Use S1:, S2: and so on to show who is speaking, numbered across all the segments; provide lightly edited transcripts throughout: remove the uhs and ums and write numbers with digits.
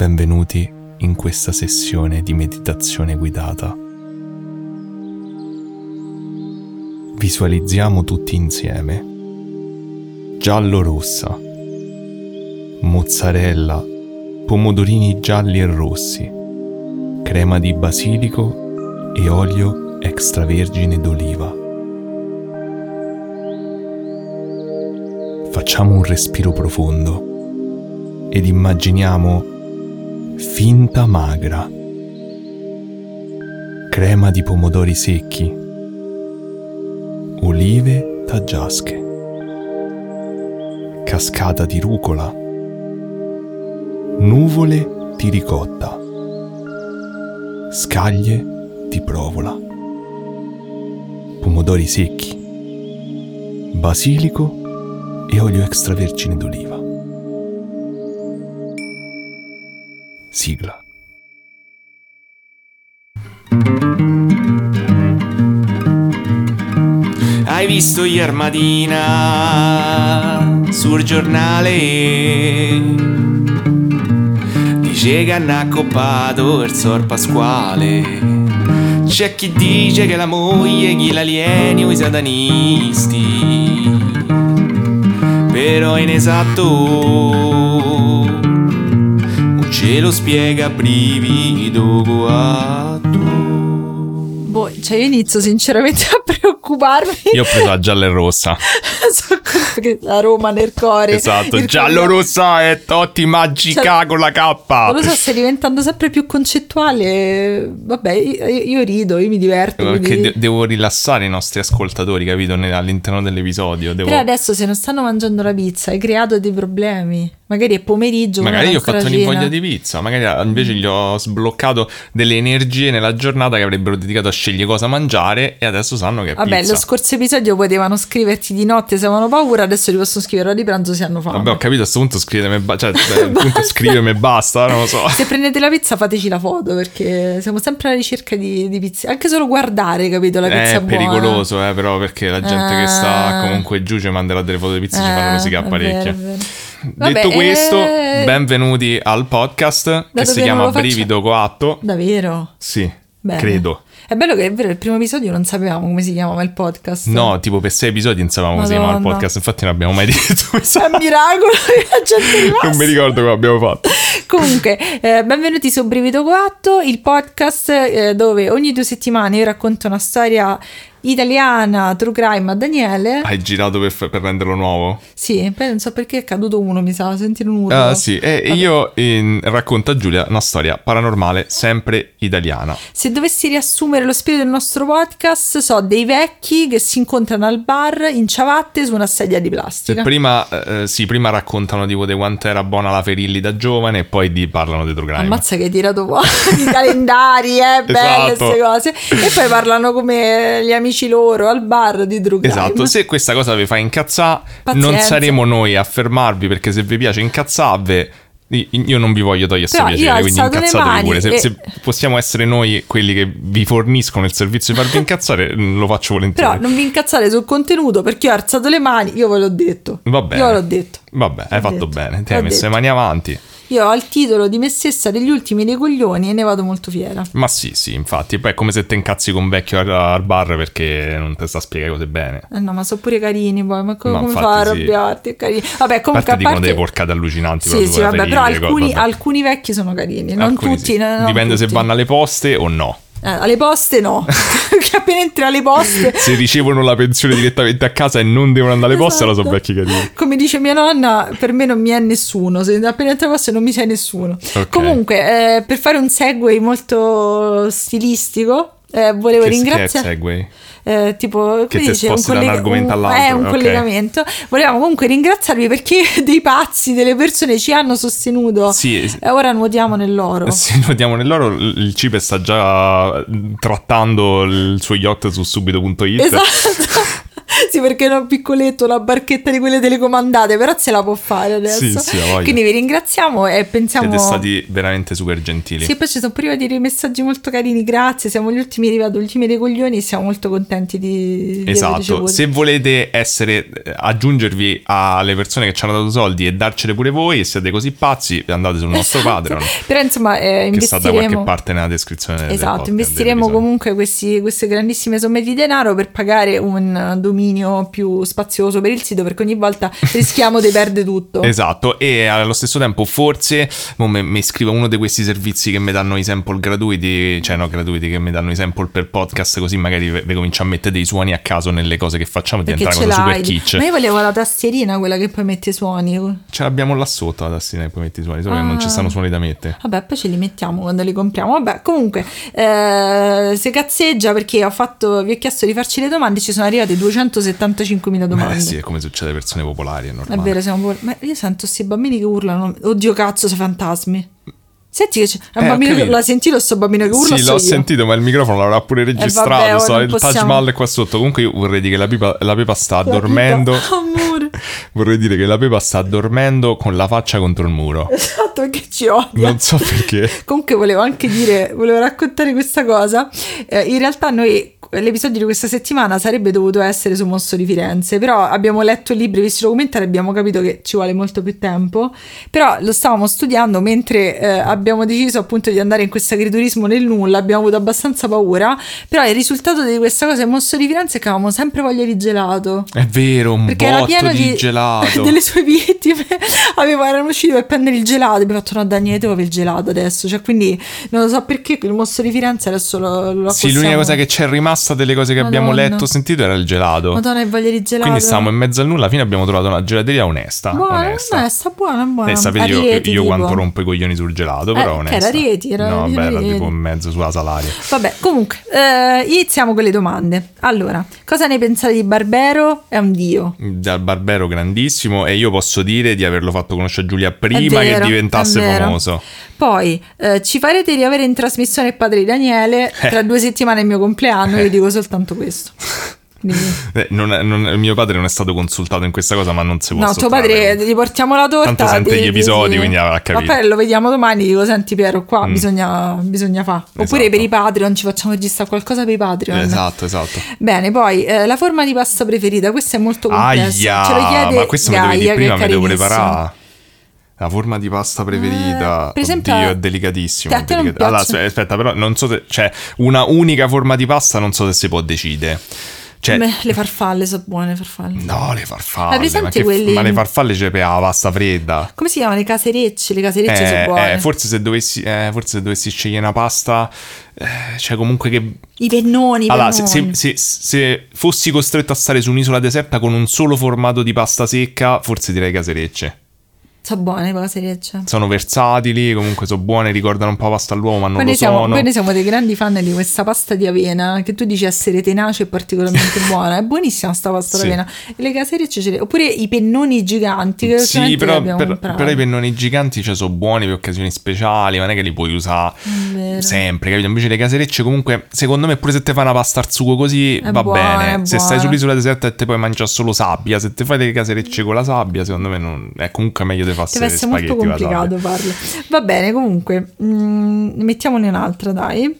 S1: Benvenuti in questa sessione di meditazione guidata. Visualizziamo tutti insieme giallo-rossa, mozzarella, pomodorini gialli e rossi, crema di basilico e olio extravergine d'oliva. Facciamo un respiro profondo ed immaginiamo finta magra, crema di pomodori secchi, olive taggiasche, cascata di rucola, nuvole di ricotta, scaglie di provola, pomodori secchi, basilico e olio extravergine d'oliva. Sigla.
S2: Hai visto ieri mattina sul giornale? Dice che hanno accoppato il Sor Pasquale. C'è chi dice che la moglie chi l'alieni o i satanisti, però inesatto ce lo spiega brivido guatto.
S3: Cioè io inizio sinceramente a preoccuparmi.
S1: Io ho preso la gialla e rossa.
S3: Perché la Roma nel cuore.
S1: Esatto, giallo-rossa è Totti magica, cioè, con la K.
S3: Non lo so, stai diventando sempre più concettuale. Vabbè, io rido, io mi diverto.
S1: Perché
S3: quindi...
S1: devo rilassare i nostri ascoltatori, capito? All'interno dell'episodio.
S3: Però adesso se non stanno mangiando la pizza hai creato dei problemi. Magari è pomeriggio.
S1: Magari gli ho fatto un'invoglia di pizza. Magari invece gli ho sbloccato delle energie nella giornata che avrebbero dedicato a scegliere cosa mangiare. E adesso sanno che è
S3: vabbè,
S1: pizza.
S3: Lo scorso episodio potevano scriverti di notte se avevano paura. Adesso li possono scrivere ora di pranzo se hanno fame.
S1: Vabbè, ho capito, a questo punto scrivetemi scrivemi e basta, non lo so.
S3: Se prendete la pizza fateci la foto, perché siamo sempre alla ricerca di pizza. Anche solo guardare, capito, la pizza buona.
S1: È pericoloso, però, perché la gente che sta comunque giù ci manderà delle foto di pizza e ci fanno rosicare parecchio. Detto questo, benvenuti al podcast che si chiama Brivido Coatto.
S3: Davvero?
S1: Sì,
S3: bene.
S1: Credo.
S3: È bello che è vero, il primo episodio non sapevamo come si chiamava il podcast.
S1: No, tipo per 6 episodi non sapevamo come si chiamava il podcast. Infatti non abbiamo mai detto.
S3: È un miracolo che la gente è rimasta.
S1: Non mi ricordo come abbiamo fatto.
S3: Comunque, benvenuti su Brivido Coatto, il podcast dove ogni 2 settimane io racconto una storia italiana, true crime a Daniele.
S1: Hai girato per renderlo nuovo?
S3: Sì, non so perché è caduto uno, mi sa, sentire un urlo.
S1: Ah sì, e io racconto a Giulia una storia paranormale sempre italiana.
S3: Se dovessi riassumere lo spirito del nostro podcast, so dei vecchi che si incontrano al bar in ciabatte su una sedia di plastica.
S1: Prima raccontano tipo di quanto era buona la Ferilli da giovane e poi parlano di true crime.
S3: Ammazza che hai tirato fuori i calendari, belle queste cose. E poi parlano come gli amici loro al bar di true crime.
S1: Esatto, se questa cosa vi fa incazzare, non saremo noi a fermarvi, perché se vi piace incazzarvi, io non vi voglio togliere questo piacere, quindi incazzatevi pure. Se possiamo essere noi quelli che vi forniscono il servizio di farvi incazzare, lo faccio volentieri.
S3: Però non vi incazzate sul contenuto, perché io ho alzato le mani, io ve l'ho detto.
S1: Va bene.
S3: Io ve l'ho detto.
S1: Vabbè, hai fatto bene, ti hai messo le mani avanti.
S3: Io ho il titolo di me stessa degli ultimi dei coglioni e ne vado molto fiera.
S1: Ma sì, infatti. Poi è come se te incazzi con un vecchio al bar perché non te sta a spiegare cose bene.
S3: No, ma sono pure carini poi. Ma come fa a arrabbiarti? È carino. Vabbè, comunque
S1: a parte dicono delle porcate allucinanti.
S3: Sì, vabbè, però alcuni vecchi sono carini. Non tutti.
S1: Sì. Dipende se vanno alle poste o no.
S3: Alle poste no. Perché appena entri alle poste,
S1: se ricevono la pensione direttamente a casa e non devono andare alle poste, allora sono vecchi carini.
S3: Come dice mia nonna, per me non mi è nessuno. Se appena entri alle poste non mi sei nessuno.
S1: Okay.
S3: Comunque, per fare un segue molto stilistico, volevo ringraziare.
S1: Che è segway?
S3: Tipo
S1: che ti sposti da un argomento all'altro.
S3: È un collegamento. Volevamo comunque ringraziarvi perché dei pazzi, delle persone ci hanno sostenuto.
S1: Sì.
S3: Ora nuotiamo nell'oro.
S1: Sì, nuotiamo nell'oro. Il CIPE sta già trattando il suo yacht su subito.it.
S3: Esatto. Sì, perché è un piccoletto, una barchetta di quelle telecomandate, però se la può fare adesso.
S1: Sì,
S3: quindi vi ringraziamo e pensiamo...
S1: Siete stati veramente super gentili.
S3: Sì, poi ci sono prima di dire messaggi molto carini, grazie, siamo gli ultimi arrivati, gli ultimi dei coglioni, e siamo molto contenti di
S1: esatto, se volete aggiungervi alle persone che ci hanno dato soldi e darcene pure voi, e siete così pazzi, andate sul nostro Patreon.
S3: Però insomma
S1: investiremo, che sta da qualche parte nella descrizione.
S3: Esatto, investiremo comunque queste grandissime somme di denaro per pagare un dominio più spazioso per il sito, perché ogni volta rischiamo di perdere tutto.
S1: Esatto, e allo stesso tempo forse mi iscrivo a uno di questi servizi che mi danno i sample gratuiti, cioè no gratuiti, che mi danno i sample per podcast, così magari vi comincio a mettere dei suoni a caso nelle cose che facciamo, diventa una cosa super kitsch.
S3: Ma io volevo la tastierina, quella che poi mette i suoni.
S1: Ce l'abbiamo là sotto la tastierina che poi metti i suoni, solo che non ci stanno suoni da mettere.
S3: Vabbè, poi ce li mettiamo quando li compriamo. Vabbè, comunque si cazzeggia perché vi ho chiesto di farci le domande, ci sono arrivate 275.000 domande.
S1: Sì, è come succede alle persone popolari, è normale.
S3: È vero, ma io sento questi bambini che urlano, oddio cazzo, sei fantasmi. Senti che c'è un bambino che l'ha sentito, sto bambino che urla.
S1: Sì, l'ho sentito, ma il microfono l'avrà pure registrato. Il Taj Mahal è qua sotto. Comunque io vorrei dire che la Pepa sta dormendo.
S3: Amore.
S1: Vorrei dire che la Pepa sta dormendo con la faccia contro il muro.
S3: Esatto, perché ci odia.
S1: Non so perché.
S3: Comunque volevo raccontare questa cosa. In realtà l'episodio di questa settimana sarebbe dovuto essere su Mostro di Firenze, però abbiamo letto il libro e visto i documentari, abbiamo capito che ci vuole molto più tempo, però lo stavamo studiando mentre abbiamo deciso appunto di andare in questo agriturismo nel nulla, abbiamo avuto abbastanza paura, però il risultato di questa cosa in Mostro di Firenze è che avevamo sempre voglia di gelato.
S1: È vero, un
S3: perché
S1: botto di gelato.
S3: Delle sue vittime erano usciti per prendere il gelato, abbiamo fatto no Daniele, dove il gelato adesso, cioè quindi non lo so perché il Mostro di Firenze adesso lo
S1: sì, l'unica cosa che c'è rimasta delle cose che abbiamo letto, sentito, era il gelato.
S3: Madonna, che voglia di gelato.
S1: Quindi stavamo in mezzo al nulla, alla fine abbiamo trovato una gelateria onesta.
S3: Buona.
S1: Sapete io quanto rompo i coglioni sul gelato, però onesta.
S3: Era Rieti,
S1: era tipo in mezzo sulla Salaria.
S3: Vabbè, comunque, iniziamo con le domande. Allora, cosa ne pensate di Barbero? È un dio.
S1: Dal Barbero grandissimo, e io posso dire di averlo fatto conoscere Giulia prima che diventasse famoso.
S3: Poi ci farete riavere in trasmissione padre Daniele tra 2 settimane è il mio compleanno, io dico soltanto questo.
S1: Mio padre non è stato consultato in questa cosa, ma non si può.
S3: No, tuo padre gli portiamo la torta.
S1: Tanto sente gli episodi, quindi avrà capito.
S3: Ma poi lo vediamo domani, dico senti Piero, qua bisogna fare. Oppure per i Patreon ci facciamo registrare qualcosa per i Patreon.
S1: Esatto.
S3: Bene, poi la forma di pasta preferita, questa è molto complessa. Ce lo chiede
S1: ma questo
S3: Gaia,
S1: me lo vedi prima, me devo preparare.
S3: La
S1: forma di pasta preferita,
S3: per esempio,
S1: oddio, è delicatissimo.
S3: Allora,
S1: aspetta, però non so se c'è una unica forma di pasta, non so se si può decidere. Cioè,
S3: le farfalle sono buone, le farfalle.
S1: No, le farfalle.
S3: Ma
S1: le farfalle c'è per la pasta fredda.
S3: Come si chiamano? Le caserecce? Le caserecce sono buone.
S1: Forse se dovessi scegliere una pasta, cioè comunque che...
S3: I pennoni.
S1: Allora, se fossi costretto a stare su un'isola deserta con un solo formato di pasta secca, forse direi caserecce.
S3: Sono buone le caserecce.
S1: Sono versatili, comunque sono buone, ricordano un po' pasta all'uovo, ma non lo sono.
S3: Poi noi siamo dei grandi fan di questa pasta di avena, che tu dici essere tenace e particolarmente buona. È buonissima sta pasta d'avena. E le caserecce oppure i pennoni giganti. Che
S1: sì, però i pennoni giganti sono buoni per occasioni speciali, non è che li puoi usare sempre, capito? Invece le caserecce comunque, secondo me, pure se te fai una pasta al sugo così, va bene. Se stai sull'isola deserta e te puoi mangiare solo sabbia, se te fai le caserecce con la sabbia, secondo me non è comunque meglio deve essere
S3: molto complicato farlo. Va bene, comunque mettiamone un'altra, dai.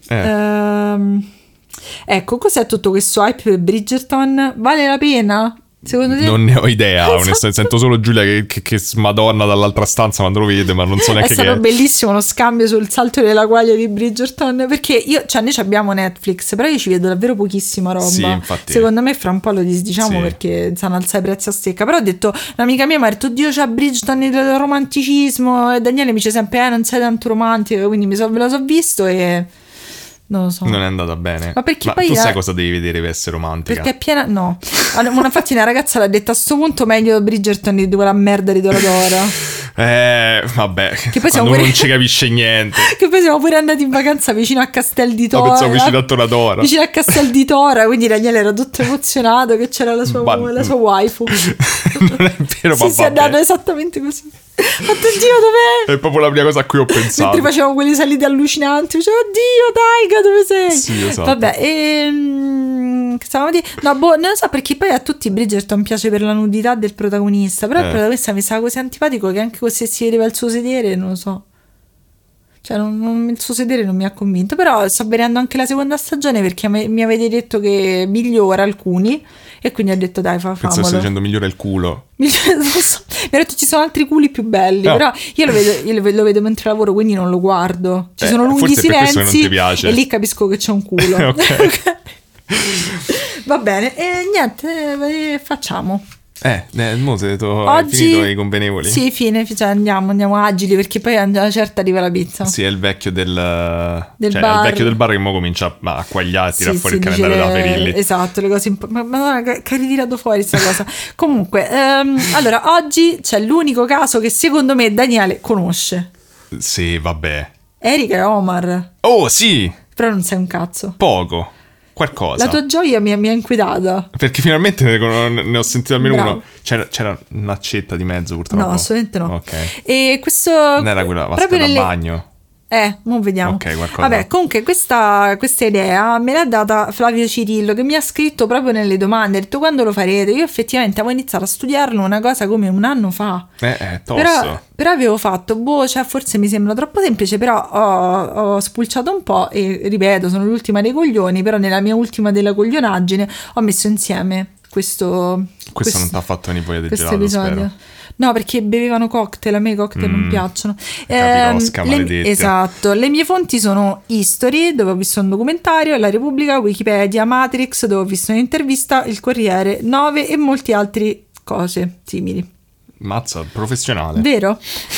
S3: Ecco, cos'è tutto questo hype per Bridgerton? Vale la pena? Secondo te?
S1: Non ne ho idea, onestamente. Sento solo Giulia che smadonna dall'altra stanza quando lo vede, ma non so neanche che è.
S3: È stato bellissimo lo scambio sul salto della quaglia di Bridgerton, perché noi abbiamo Netflix, però io ci vedo davvero pochissima roba.
S1: Sì, infatti.
S3: Secondo me fra un po' lo disdiciamo, perché sanno alzare i prezzi a stecca. Però ho detto, un'amica mia mi ha detto, Dio, c'ha Bridgerton il romanticismo, e Daniele mi dice sempre non sei tanto romantico, quindi me lo so visto e... Non lo so.
S1: Non è andata bene.
S3: Ma perché poi
S1: tu sai cosa devi vedere per essere romantica?
S3: Perché è piena... No. Infatti una ragazza l'ha detta, a sto punto meglio Bridgerton di quella merda di Toradora.
S1: Vabbè, che poi quando non ci capisce niente.
S3: Che poi siamo pure andati in vacanza vicino a Castel di Tora.
S1: Pensavo vicino a Toradora.
S3: Vicino a Castel di Tora, quindi Daniele era tutto emozionato che c'era la sua waifu.
S1: Non è vero, ma
S3: si è andato esattamente così. Oddio, dov'è?
S1: È proprio la prima cosa a cui ho pensato.
S3: Mentre facevamo quelle salite allucinanti, dicevo, oddio, Taiga, dove sei?
S1: Sì, esatto.
S3: Vabbè, No, non lo so, perché poi a tutti Bridgerton piace per la nudità del protagonista, però il protagonista mi sa così antipatico che anche se si vedeva il suo sedere, non lo so. Cioè, il suo sedere non mi ha convinto. Però sto vedendo anche la seconda stagione perché mi avete detto che migliora alcuni. E quindi ho detto dai, famolo.
S1: Penso stai dicendo migliora il culo.
S3: Mi ha detto ci sono altri culi più belli. No. Però io lo vedo mentre lavoro, quindi non lo guardo. Ci sono lunghi silenzi non ti piace. E lì capisco che c'è un culo. Ok. Va bene. E niente, facciamo.
S1: Mo sei detto oggi, finito i convenevoli.
S3: Sì, fine, cioè andiamo agili perché poi a una certa arriva la pizza.
S1: Sì, è il vecchio del bar. È il vecchio del bar che mo comincia a quagliare, a tirare fuori il calendario da Ferilli.
S3: Esatto, le cose madonna, che hai ritirato fuori sta cosa. Comunque, allora oggi c'è l'unico caso che secondo me Daniele conosce.
S1: Sì, vabbè.
S3: Erika e Omar.
S1: Oh, sì.
S3: Però non sei un cazzo.
S1: Poco. Qualcosa.
S3: La tua gioia mi ha inquietata.
S1: Perché finalmente ne ho sentito almeno uno. C'era un'accetta di mezzo, purtroppo.
S3: No, assolutamente no.
S1: Ok.
S3: E questo
S1: non era quella vasca da bagno.
S3: Mo vediamo.
S1: Ok, qualcosa.
S3: Vabbè, comunque questa idea me l'ha data Flavio Cirillo, che mi ha scritto proprio nelle domande, ha detto quando lo farete. Io effettivamente avevo iniziato a studiarlo una cosa come un anno fa.
S1: Tosto.
S3: Però avevo fatto, cioè forse mi sembra troppo semplice, però ho spulciato un po' e ripeto, sono l'ultima dei coglioni, però nella mia ultima della coglionaggine ho messo insieme questo
S1: non ti ha fatto venire voglia di gelato,
S3: episodio. Spero. No, perché bevevano cocktail, a me i cocktail non piacciono.
S1: Capirosca, maledetti.
S3: Esatto, le mie fonti sono History, dove ho visto un documentario, La Repubblica, Wikipedia, Matrix, dove ho visto un'intervista, Il Corriere, 9 e molti altri cose simili.
S1: Mazza, professionale.
S3: Vero?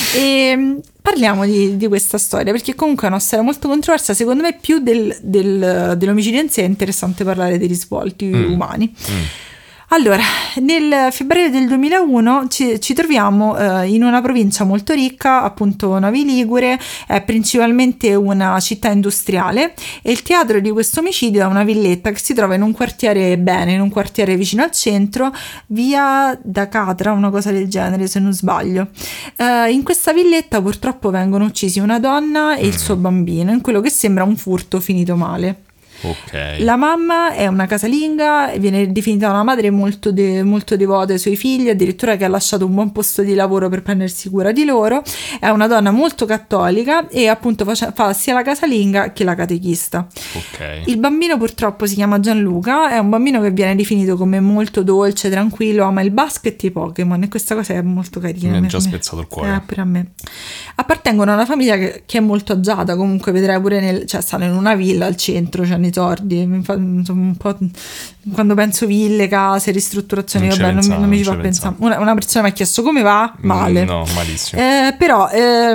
S3: E parliamo di questa storia, perché comunque è una storia molto controversa. Secondo me più dell'omicidio in sé è interessante parlare dei risvolti umani. Allora, nel febbraio del 2001 ci troviamo in una provincia molto ricca, appunto Novi Ligure, è principalmente una città industriale e il teatro di questo omicidio è una villetta che si trova in un quartiere vicino al centro, via da Catra, una cosa del genere se non sbaglio. In questa villetta purtroppo vengono uccisi una donna e il suo bambino in quello che sembra un furto finito male.
S1: Okay.
S3: La mamma è una casalinga e viene definita una madre molto devota ai suoi figli, addirittura che ha lasciato un buon posto di lavoro per prendersi cura di loro. È una donna molto cattolica e appunto fa sia la casalinga che la catechista.
S1: Okay.
S3: Il bambino purtroppo si chiama Gianluca, è un bambino che viene definito come molto dolce, tranquillo, ama il basket e i Pokémon e questa cosa è molto carina.
S1: Mi ha già spezzato il cuore.
S3: Per a me. Appartengono a una famiglia che è molto agiata, comunque vedrai pure stanno in una villa al centro, cioè sordi, un po' quando penso ville, case, ristrutturazioni, non mi ci fa pensare. Una persona mi ha chiesto come va? Male.
S1: No, malissimo.
S3: Però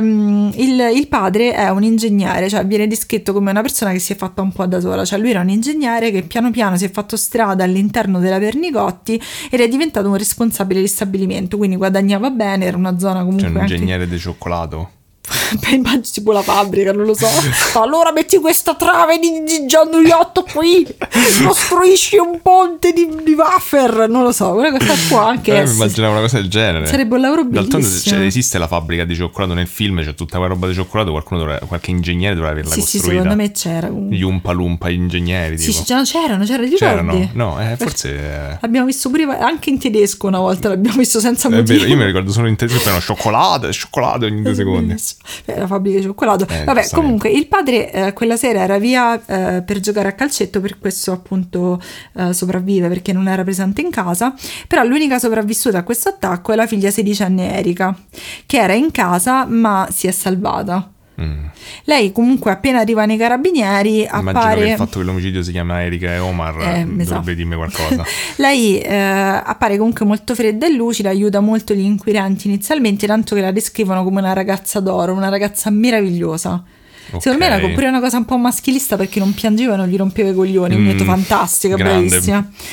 S3: il padre è un ingegnere, cioè viene descritto come una persona che si è fatta un po' da sola, cioè lui era un ingegnere che piano piano si è fatto strada all'interno della Pernigotti ed è diventato un responsabile di stabilimento, quindi guadagnava bene, era una zona comunque...
S1: Cioè un ingegnere di cioccolato?
S3: Immagino tipo la fabbrica, non lo so. Allora metti questa trave di gianduiotto qui, costruisci un ponte di wafer, non lo so, una cosa qua anche
S1: mi immaginavo una cosa del genere.
S3: Sarebbe un lavoro bellissimo.
S1: D'altronde esiste la fabbrica di cioccolato nel film, c'è tutta quella roba di cioccolato, qualche ingegnere dovrà averla costruita. Sì,
S3: secondo me c'era comunque.
S1: Gli Umpa Lumpa ingegneri tipo.
S3: Sì, c'erano, ti ricordi?
S1: No, forse
S3: l'abbiamo visto pure anche in tedesco una volta, l'abbiamo visto senza motivo.
S1: È vero, io mi ricordo solo in tedesco, però cioccolato ogni 2 secondi.
S3: La fabbrica di cioccolato. Vabbè, comunque il padre quella sera era via per giocare a calcetto, per questo appunto sopravvive perché non era presente in casa, però l'unica sopravvissuta a questo attacco è la figlia 16enne Erika, che era in casa ma si è salvata. Lei comunque appena arriva nei carabinieri
S1: immagino che il fatto che l'omicidio si chiama Erika e Omar dovrebbe dirmi qualcosa.
S3: Lei appare comunque molto fredda e lucida, aiuta molto gli inquirenti inizialmente, tanto che la descrivono come una ragazza d'oro, una ragazza meravigliosa. Okay. Secondo me era pure una cosa un po' maschilista perché non piangeva e non gli rompeva i coglioni, mi ha detto fantastica,
S1: grande.
S3: bravissima.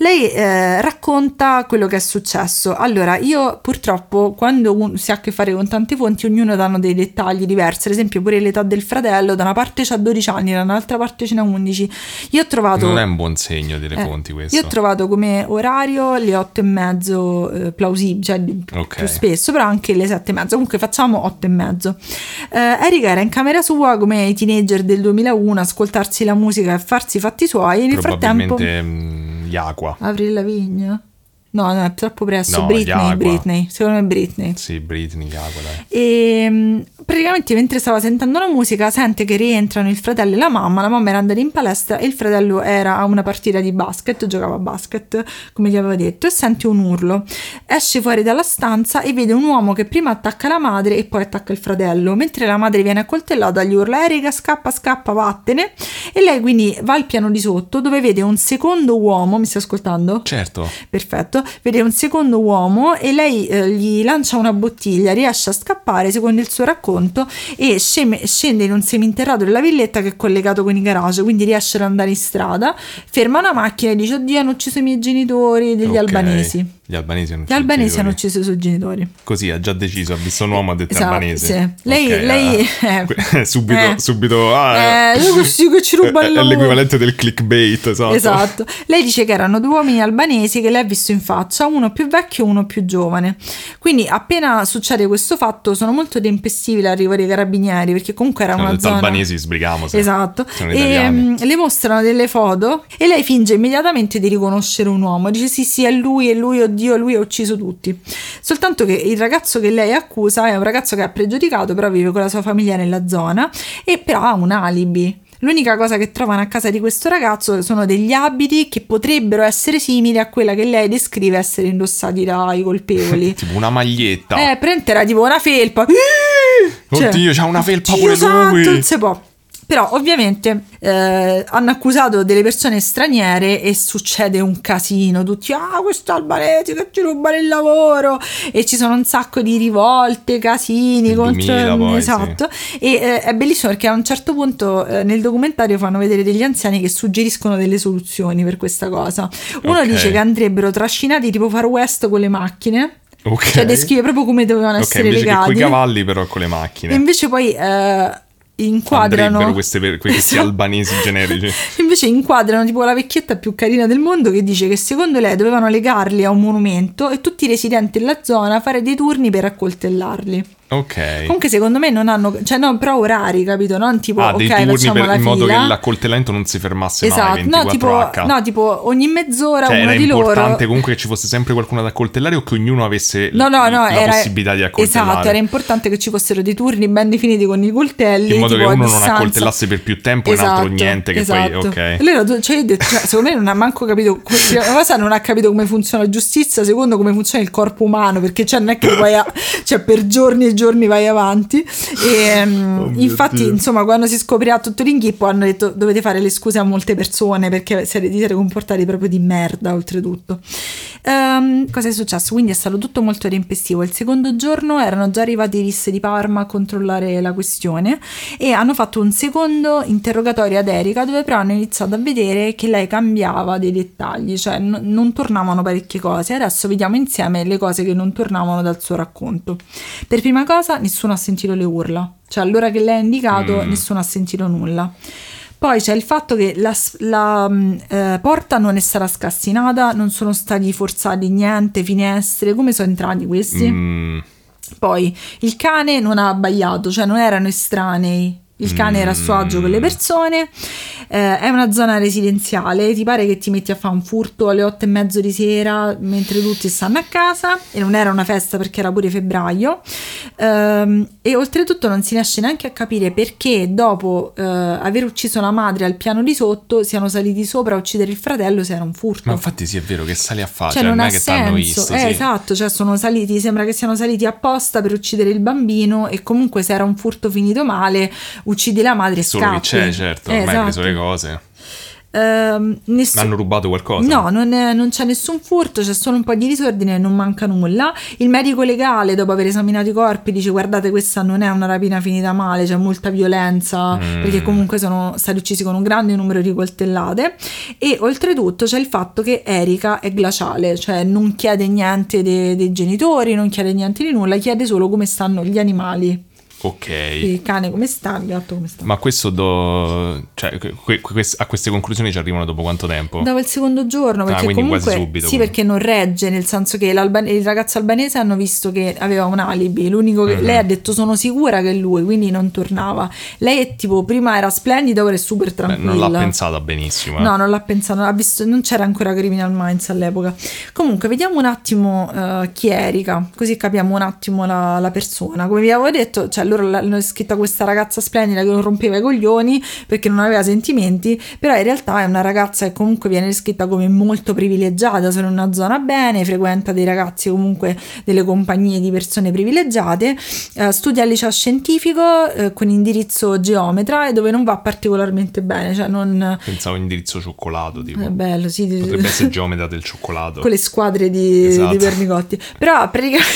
S3: Lei racconta quello che è successo. Allora, io purtroppo quando si ha a che fare con tante fonti, ognuno danno dei dettagli diversi. Ad esempio pure l'età del fratello, da una parte c'ha 12 anni, dall'altra parte ce n'ha 11. Io ho trovato...
S1: Non è un buon segno delle fonti questo.
S3: Io ho trovato come orario le 8:30 plausibili, cioè più spesso, però anche le 7:30. Comunque facciamo 8:30. Erika era in camera sua come i teenager del 2001, ascoltarsi la musica e farsi i fatti suoi. Nel frattempo
S1: Acqua.
S3: Avril Lavigne? No, è troppo presto.
S1: No,
S3: Britney, secondo me Britney.
S1: Sì, Britney, Acqua, dai.
S3: E praticamente mentre stava sentendo la musica sente che rientrano il fratello e la mamma era andata in palestra e il fratello era a una partita di basket, giocava a basket come gli aveva detto, e sente un urlo, esce fuori dalla stanza e vede un uomo che prima attacca la madre e poi attacca il fratello, mentre la madre viene accoltellata gli urla Erika scappa, vattene, e lei quindi va al piano di sotto dove vede un secondo uomo. Mi stai ascoltando?
S1: Certo.
S3: Perfetto. Vede un secondo uomo e lei gli lancia una bottiglia, riesce a scappare secondo il suo racconto e scende in un seminterrato della villetta che è collegato con i garage, quindi riesce ad andare in strada, ferma una macchina e dice oddio hanno ucciso i miei genitori, degli albanesi.
S1: Gli albanesi
S3: hanno ucciso i suoi genitori.
S1: Così ha già deciso, ha visto un uomo, ha detto
S3: esatto,
S1: albanese.
S3: Sì. Lei
S1: subito
S3: che ci ruba il lavoro.
S1: È l'equivalente del clickbait,
S3: esatto. Lei dice che erano due uomini albanesi che lei ha visto in faccia, uno più vecchio e uno più giovane. Quindi appena succede questo fatto sono molto tempestivi l'arrivo dei carabinieri, perché comunque era una zona
S1: albanesi, sbrighiamoci.
S3: Esatto. E le mostrano delle foto e lei finge immediatamente di riconoscere un uomo, dice sì è lui, oddio, lui ha ucciso tutti. Soltanto che il ragazzo che lei accusa è un ragazzo che ha pregiudicato, però vive con la sua famiglia nella zona e però ha un alibi. L'unica cosa che trovano a casa di questo ragazzo sono degli abiti che potrebbero essere simili a quella che lei descrive essere indossati dai colpevoli.
S1: Tipo una maglietta.
S3: Era tipo una felpa.
S1: Oddio, c'ha una felpa pure
S3: santo,
S1: lui.
S3: Non si può. Però ovviamente hanno accusato delle persone straniere e succede un casino, tutti questo albanese che ci ruba il lavoro, e ci sono un sacco di rivolte, casini contro
S1: poi,
S3: esatto sì. E è bellissimo perché a un certo punto nel documentario fanno vedere degli anziani che suggeriscono delle soluzioni per questa cosa. Uno dice che andrebbero trascinati tipo Far West con le macchine. Cioè descrive proprio come dovevano essere legati
S1: con i cavalli, però con le macchine.
S3: E invece poi inquadrano
S1: questi albanesi generici.
S3: Invece inquadrano tipo la vecchietta più carina del mondo che dice che secondo lei dovevano legarli a un monumento e tutti i residenti della zona fare dei turni per accoltellarli. Comunque secondo me non hanno, cioè no, però orari, capito? Non tipo
S1: dei turni in modo che l'accoltellamento non si fermasse mai 24H.
S3: No, tipo ogni mezz'ora
S1: cioè,
S3: uno di loro.
S1: Era importante comunque che ci fosse sempre qualcuno da accoltellare o che ognuno avesse la possibilità di accoltellare.
S3: Esatto, era importante che ci fossero dei turni ben definiti con i coltelli,
S1: in modo
S3: tipo
S1: che uno non accoltellasse per più tempo e un altro niente, che poi
S3: Allora, secondo me non ha manco capito, una cosa non ha capito come funziona la giustizia, secondo come funziona il corpo umano, perché non è che vai per giorni e giorni vai avanti e infatti Dio. Insomma quando si scoprirà tutto l'inghippo hanno detto dovete fare le scuse a molte persone perché vi siete comportati proprio di merda oltretutto. Cosa è successo? Quindi è stato tutto molto tempestivo. Il secondo giorno erano già arrivati i RIS di Parma a controllare la questione e hanno fatto un secondo interrogatorio ad Erika, dove però hanno iniziato a vedere che lei cambiava dei dettagli, cioè non tornavano parecchie cose. Adesso vediamo insieme le cose che non tornavano dal suo racconto. Per prima cosa nessuno ha sentito le urla, cioè all'ora che lei ha indicato nessuno ha sentito nulla. Poi c'è il fatto che la porta non è stata scassinata, non sono stati forzati niente, finestre, come sono entrati questi? Poi il cane non ha abbaiato, cioè non erano estranei. Il cane era a suo agio con le persone, è una zona residenziale, ti pare che ti metti a fare un furto alle 8:30 di sera mentre tutti stanno a casa, e non era una festa perché era pure febbraio, e oltretutto non si riesce neanche a capire perché dopo aver ucciso la madre al piano di sotto siano saliti sopra a uccidere il fratello se era un furto.
S1: Ma infatti sì, è vero che sali a faccia,
S3: cioè, non è
S1: che
S3: senso.
S1: t'hanno visto, sì.
S3: Esatto, cioè sono saliti, sembra che siano saliti apposta per uccidere il bambino, e comunque se era un furto finito male uccidi la madre e scappi.
S1: Solo che c'è, certo, ormai hai preso le cose. Hanno rubato qualcosa?
S3: No, non c'è nessun furto, c'è solo un po' di disordine, non manca nulla. Il medico legale, dopo aver esaminato i corpi, dice: guardate, questa non è una rapina finita male, c'è molta violenza, perché comunque sono stati uccisi con un grande numero di coltellate. E oltretutto c'è il fatto che Erika è glaciale, cioè non chiede niente dei genitori, non chiede niente di nulla, chiede solo come stanno gli animali.
S1: Ok.
S3: Il cane come sta, il gatto come sta.
S1: Ma questo cioè, a queste conclusioni ci arrivano dopo quanto tempo?
S3: Dopo il secondo giorno, perché
S1: quindi
S3: comunque
S1: quasi subito.
S3: Sì, perché non regge, nel senso che il ragazzo albanese hanno visto che aveva un alibi, l'unico che lei ha detto sono sicura che è lui, quindi non tornava. Lei è tipo prima era splendida, ora è super tranquilla.
S1: Non l'ha pensata benissimo.
S3: No, non l'ha pensato, non c'era ancora Criminal Minds all'epoca. Comunque vediamo un attimo chi è Erika, così capiamo un attimo la persona. Come vi avevo detto, cioè loro l'hanno scritta questa ragazza splendida che non rompeva i coglioni perché non aveva sentimenti, però in realtà è una ragazza che comunque viene descritta come molto privilegiata, sono in una zona bene, frequenta dei ragazzi comunque delle compagnie di persone privilegiate, studia al liceo scientifico con indirizzo geometra e dove non va particolarmente bene, cioè non...
S1: Pensavo indirizzo cioccolato, tipo.
S3: È bello, sì.
S1: Potrebbe essere geometra del cioccolato.
S3: Con le squadre di Pernicotti. Però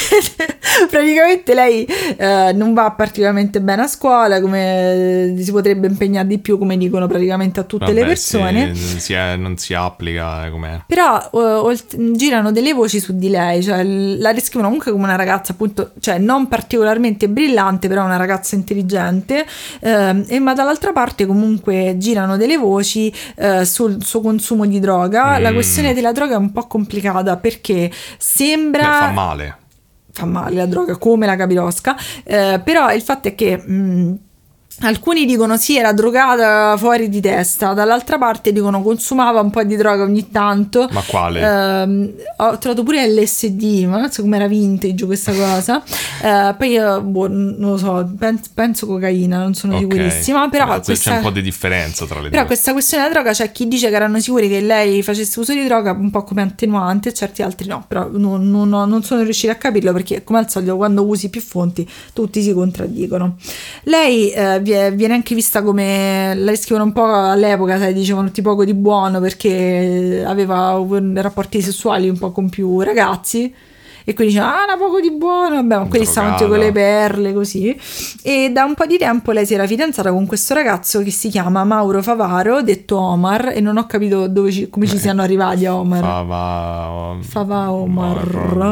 S3: praticamente lei non va particolarmente bene a scuola, come si potrebbe impegnare di più, come dicono praticamente a tutte le persone.
S1: Non si applica com'è.
S3: Però girano delle voci su di lei, cioè la descrivono comunque come una ragazza appunto, cioè non particolarmente brillante, però una ragazza intelligente, ma dall'altra parte comunque girano delle voci sul suo consumo di droga. La questione della droga è un po' complicata perché sembra...
S1: fa male
S3: la droga, come la capirosca, però il fatto è che alcuni dicono sì, era drogata fuori di testa, dall'altra parte dicono consumava un po' di droga ogni tanto.
S1: Ma quale?
S3: Ho trovato pure LSD, ma non so come era vintage questa cosa. Poi io non lo so, penso cocaina, non sono sicurissima, però
S1: c'è un po' di differenza tra le due.
S3: Però questa questione della droga, c'è chi dice che erano sicuri che lei facesse uso di droga un po' come attenuante, certi altri no, però non sono riuscita a capirlo perché come al solito quando usi più fonti tutti si contraddicono. Lei viene anche vista come, la descrivono un po' all'epoca, sai, dicevano tutti poco di buono perché aveva rapporti sessuali un po' con più ragazzi e quindi dicevano era poco di buono, vabbè, ma quelli stavano tutti con le perle così. E da un po' di tempo lei si era fidanzata con questo ragazzo che si chiama Mauro Favaro, detto Omar, e non ho capito come ci siano arrivati a Omar. Fava Omar.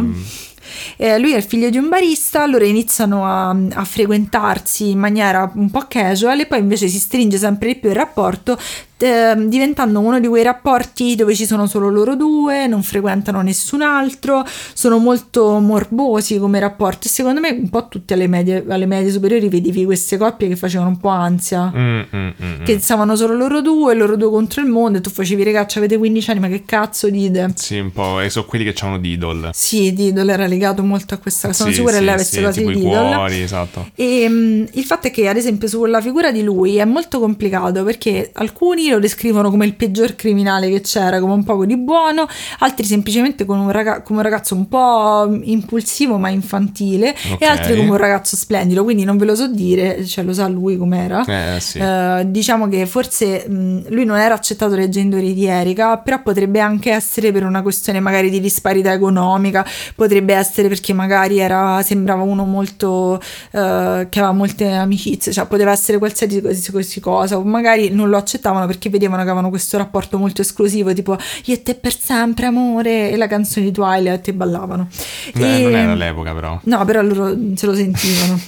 S3: Lui è il figlio di un barista, loro iniziano a frequentarsi in maniera un po' casual e poi invece si stringe sempre di più il rapporto, diventando uno di quei rapporti dove ci sono solo loro due, non frequentano nessun altro, sono molto morbosi come rapporti. Secondo me un po' tutti alle medie superiori vedevi queste coppie che facevano un po' ansia, che stavano solo loro due contro il mondo e tu facevi ragazzi avete 15 anni ma che cazzo dite?
S1: Sì, un po', e sono quelli che c'hanno Didol.
S3: Sì, Didol era legato molto a questa cosa, sono sicura che lei avesse cose di Didol.
S1: Cuori, esatto.
S3: E il fatto è che ad esempio sulla figura di lui è molto complicato perché alcuni lo descrivono come il peggior criminale che c'era, come un poco di buono, altri semplicemente come un ragazzo un po' impulsivo ma infantile, e altri come un ragazzo splendido, quindi non ve lo so dire, cioè lo sa lui com'era.
S1: Sì.
S3: Diciamo che forse lui non era accettato nei genitori di Erika, però potrebbe anche essere per una questione magari di disparità economica, potrebbe essere perché magari sembrava uno molto che aveva molte amicizie, cioè poteva essere qualsiasi cosa, o magari non lo accettavano perché vedevano che avevano questo rapporto molto esclusivo, tipo io e te per sempre amore, e la canzone di Twilight e ballavano.
S1: Non era l'epoca però.
S3: No, però loro se lo sentivano.